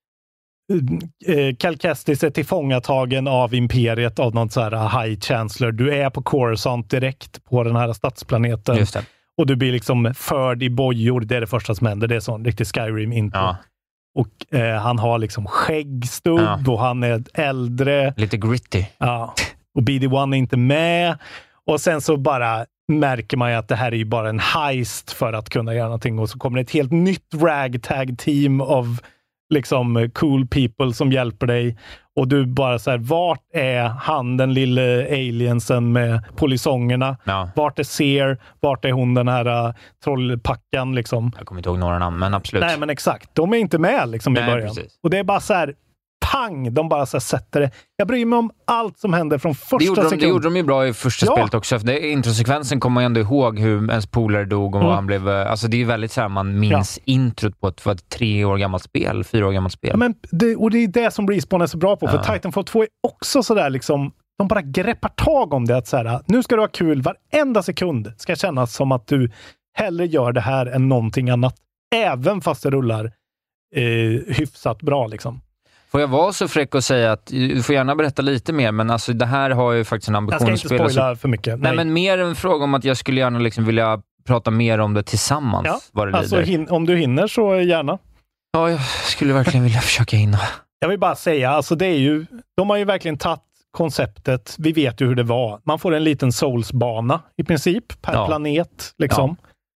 Cal Kestis är tillfångatagen av imperiet av någon så här High Chancellor. Du är på Coruscant direkt på den här stadsplaneten. Just det. Och du blir liksom förd i bojor. Det är det första som händer. Det är sån riktig Skyrim-intro. Ja. Och han har liksom skäggstubb och han är äldre. Lite gritty. Ja. Och BD-1 är inte med. Och sen så bara märker man ju att det här är ju bara en heist för att kunna göra någonting. Och så kommer det ett helt nytt ragtag-team av liksom cool people som hjälper dig. Och du bara så här, vart är han, den lille aliensen med polisongerna? Ja. Vart är Seer? Vart är hon, den här trollpackan liksom? Jag kommer inte ihåg några namn, men absolut. Nej, men exakt. De är inte med liksom i början. Precis. Och det är bara så här, pang! De bara så här sätter det. Jag bryr mig om allt som händer från första sekund. Det gjorde de ju bra i första spelet också. För det, introsekvensen kommer man ju ändå ihåg hur ens polare dog och han blev... Alltså det är ju väldigt så här, man minns introt på ett 3 år gammalt spel, 4 år gammalt spel. Ja, men det är det som Respawn är så bra på. För Titanfall 2 är också så där liksom... De bara greppar tag om det. Att så här, nu ska du ha kul. Varenda sekund ska kännas som att du hellre gör det här än någonting annat. Även fast det rullar hyfsat bra liksom. Får jag vara så fräck och säga att du får gärna berätta lite mer, men alltså det här har ju faktiskt en ambition. Jag ska inte spoila för mycket. Nej, men mer en fråga om att jag skulle gärna liksom vilja prata mer om det tillsammans. Ja, vad det alltså om du hinner så gärna. Ja, jag skulle verkligen vilja försöka hinna. Jag vill bara säga, alltså det är ju, de har ju verkligen tagit konceptet, vi vet ju hur det var. Man får en liten Souls-bana i princip per planet liksom.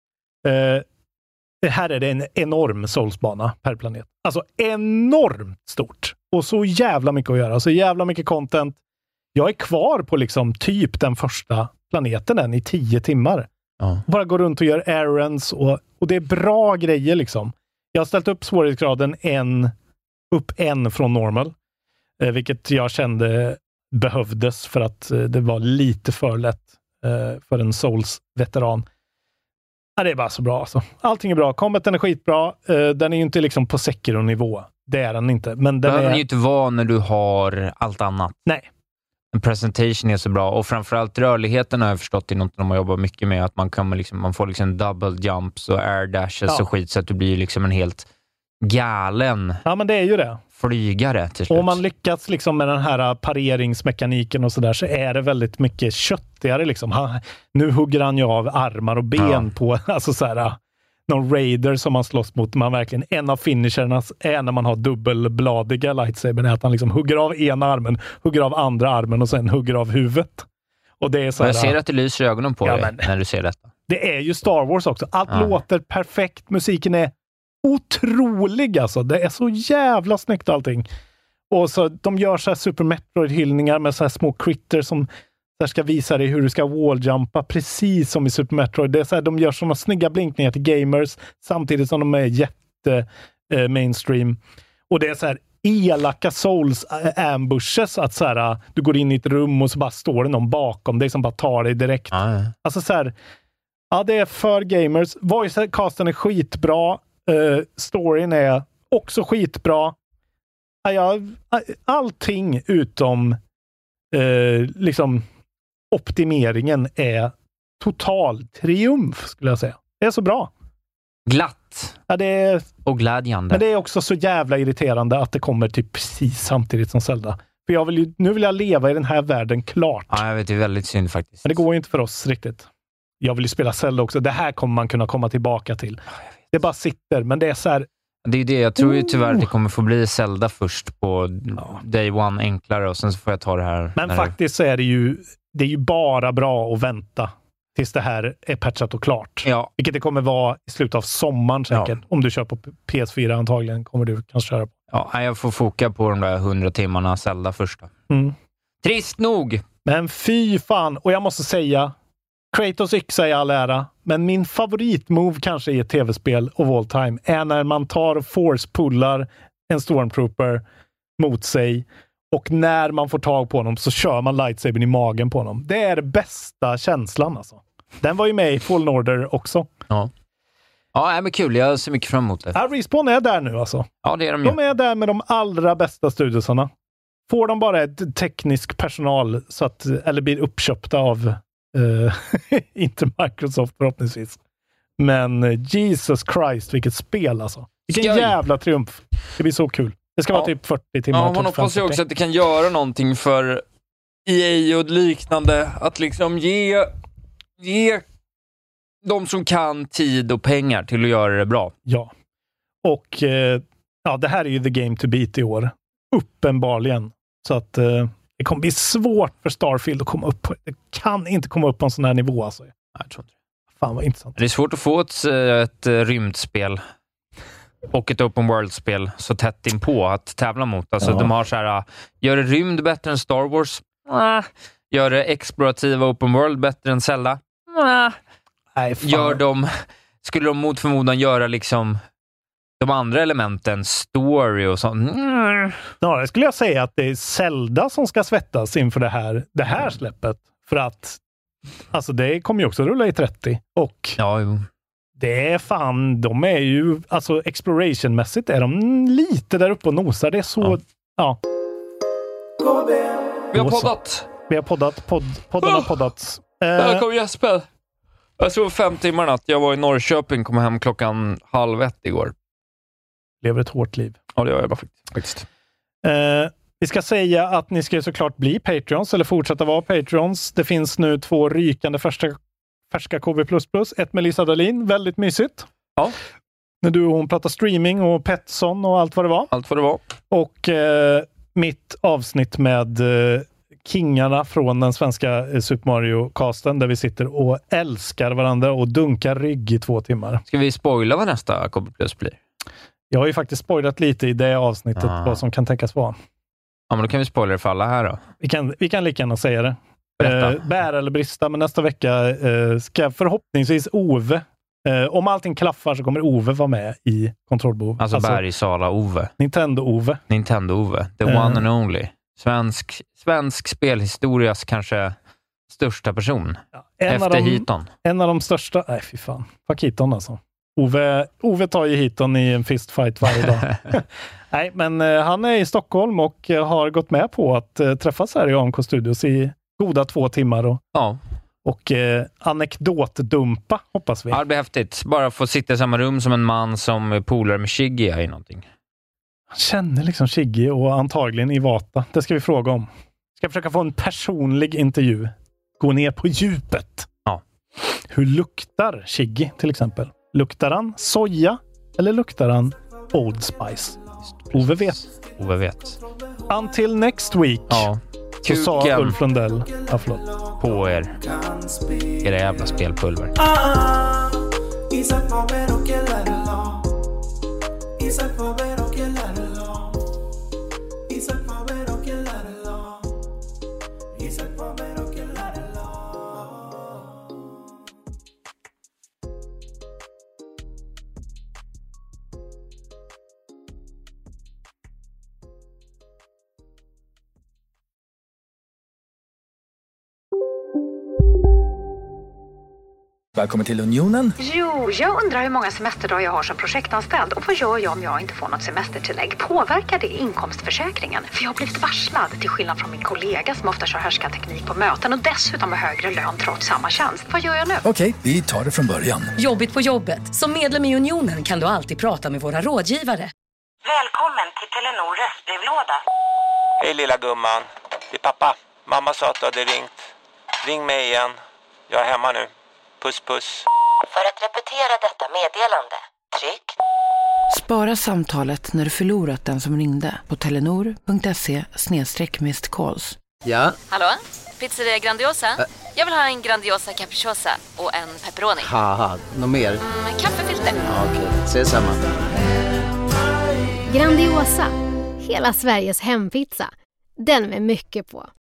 Här är det en enorm Souls-bana per planet. Alltså enormt stort. Och så jävla mycket att göra. Så jävla mycket content. Jag är kvar på liksom typ den första planeten än i 10 timmar. Bara går runt och gör errands och det är bra grejer liksom. Jag har ställt upp svårighetsgraden en från normal. Vilket jag kände behövdes för att det var lite för lätt för en Souls-veteran. Ja, det är bara så bra alltså. Allting är bra. Combaten är skitbra. Den är ju inte liksom på Sekiro-nivå. Det är den inte. Men den behöver ju inte vara när du har allt annat. Nej. En presentation är så bra. Och framförallt rörligheten har jag förstått i något de har jobbat mycket med. Att man får liksom double jumps och air dashes och skit. Så att du blir liksom en helt galen men det är ju det. Flygare till slut. Och om man lyckats liksom med den här pareringsmekaniken och sådär, så är det väldigt mycket köttigare liksom. Nu hugger han ju av armar och ben på alltså så här, någon raider som man slåss mot. Man verkligen, en av finisherna är när man har dubbelbladiga lightsaber, att han liksom hugger av ena armen, hugger av andra armen och sen hugger av huvudet. Och det är så här, jag ser att det lyser i ögonen på dig när du ser detta. Det är ju Star Wars också. Allt låter perfekt. Musiken är otrolig alltså. Det är så jävla snyggt allting. Och så de gör så här Super Metroid-hyllningar med så här små critters som där ska visa dig hur du ska walljumpa precis som i Super Metroid. Det är så här, de gör såna snygga blinkningar till gamers samtidigt som de är jätte mainstream. Och det är så här elaka Souls ambushes, att så här, du går in i ett rum och så bara står det någon bakom dig som bara tar dig direkt. Alltså så här, ja, det är för gamers. Voice-casten är skitbra. Storyn är också skitbra. Allting utom liksom optimeringen är total triumf, skulle jag säga. Det är så bra. Glatt. Ja, det är, och glädjande. Men det är också så jävla irriterande att det kommer typ precis samtidigt som Zelda. För nu vill jag leva i den här världen klart. Ja, jag vet, det är väldigt synd faktiskt. Men det går ju inte för oss riktigt. Jag vill ju spela Zelda också. Det här kommer man kunna komma tillbaka till. Det bara sitter, men det är så här... Det är det. Jag tror ju tyvärr att det kommer få bli Zelda först på Day One enklare och sen så får jag ta det här. Men faktiskt så är det är ju bara bra att vänta tills det här är patchat och klart. Ja. Vilket det kommer vara i slutet av sommaren säkert. Ja. Om du kör på PS4 antagligen kommer du kanske köra på. Ja, jag får foka på de där 100 timmarna Zelda första. Trist nog! Men fy fan! Och jag måste säga, Kratos yxa i all ära, men min favoritmove kanske i ett tv-spel of all time är när man tar och force-pullar en Stormtrooper mot sig och när man får tag på honom så kör man lightsabern i magen på honom. Det är den bästa känslan alltså. Den var ju med i Fallen Order också. Ja. Ja, men kul. Jag ser mycket fram emot det. Ja, Respawn är där nu alltså. Ja, det är de ju. De är där med de allra bästa studiosarna. Får de bara ett teknisk personal så att, eller blir uppköpta av inte Microsoft förhoppningsvis. Men Jesus Christ, vilket spel alltså. Vilken jävla triumf. Det blir så kul. Det ska vara typ 40 timmar. Ja, man hoppas ju också att det kan göra någonting för EA och liknande. Att liksom ge de som kan tid och pengar till att göra det bra. Ja. Och det här är ju the game to beat i år. Uppenbarligen. Så att det kommer bli svårt för Starfield att komma upp på. Det kan inte komma upp på en sån här nivå alltså. Nej, jag tror inte det. Fan vad intressant. Det är svårt att få ett rymdspel och ett open world-spel så tätt inpå att tävla mot. Alltså de har så här, gör det rymd bättre än Star Wars? Gör det explorativa open world bättre än Zelda? Nej, skulle de mot förmodan göra liksom de andra elementen, story och sånt? Ja, det skulle jag säga att det är Zelda som ska svettas inför det här släppet. För att alltså det kommer ju också rulla i 30. Och det är fan, de är ju alltså exploration-mässigt är de lite där uppe och nosar. Det är så, Vi har poddat. Vi har poddat. Podden har poddats. Där kom Jesper. Jag sov 5 timmar natt. Jag var i Norrköping, kom hem 12:30 igår. Lever ett hårt liv. Ja, det gör jag bara faktiskt. Vi ska säga att ni ska såklart bli Patreons eller fortsätta vara Patreons. Det finns nu 2 rykande färska KB++. Ett med Lisa Dahlin, väldigt mysigt. Ja. När du och hon pratar streaming och Petson och allt vad det var. Allt vad det var. Och mitt avsnitt med kingarna från den svenska Super Mario-casten där vi sitter och älskar varandra och dunkar rygg i 2 timmar. Ska vi spoila vad nästa KB+ blir? Jag har ju faktiskt spoilat lite i det avsnittet vad som kan tänkas vara. Ja, men då kan vi spoila det för alla här då. Vi kan lika gärna säga det. Bära eller brista, men nästa vecka ska förhoppningsvis Ove, om allting klaffar så kommer Ove vara med i kontrollbehov. Alltså Bergsala Ove. Nintendo-Ove. Nintendo-Ove. The one and only. Svensk spelhistorias kanske största person. Ja, efter Hiton. En av de största. Nej, fy fan. Fuck Hiton alltså. Ove tar ju Hiton i en fistfight varje dag. Nej, men han är i Stockholm och har gått med på att träffas här i AMK Studios i goda 2 timmar. Och anekdotdumpa, hoppas vi. Ja, det blir häftigt. Bara få sitta i samma rum som en man som polar med Shiggy i någonting. Han känner liksom Shiggy och antagligen Iwata. Det ska vi fråga om. Ska försöka få en personlig intervju. Gå ner på djupet. Ja. Hur luktar Shiggy till exempel? Luktar han soja eller luktar han Old Spice? Ove vet. Until next week. Ja. Så sa Ulf Lundell. Ja, förlåt. På er. Era jävla spelpulver. Välkommen till Unionen. Jo, jag undrar hur många semesterdagar jag har som projektanställd. Och vad gör jag om jag inte får något semestertillägg? Påverkar det inkomstförsäkringen? För jag har blivit varslad, till skillnad från min kollega som ofta kör härskarteknik på möten och dessutom har högre lön trots samma tjänst. Vad gör jag nu? Okej, vi tar det från början. Jobbigt på jobbet. Som medlem i Unionen kan du alltid prata med våra rådgivare. Välkommen till Telenor röstbrevlåda. Hej lilla gumman. Det är pappa. Mamma sa att du hade ringt. Ring mig igen. Jag är hemma nu. Puss puss. För att repetera detta meddelande, tryck. Spara samtalet när du förlorat den som ringde på telenor.se/missed-calls. Ja? Hallå? Pizzeria Grandiosa? Jag vill ha en Grandiosa capriciosa och en pepperoni. Haha, något mer? Kaffefilter. Ja, okej, ses samma. Grandiosa, hela Sveriges hempizza. Den med mycket på.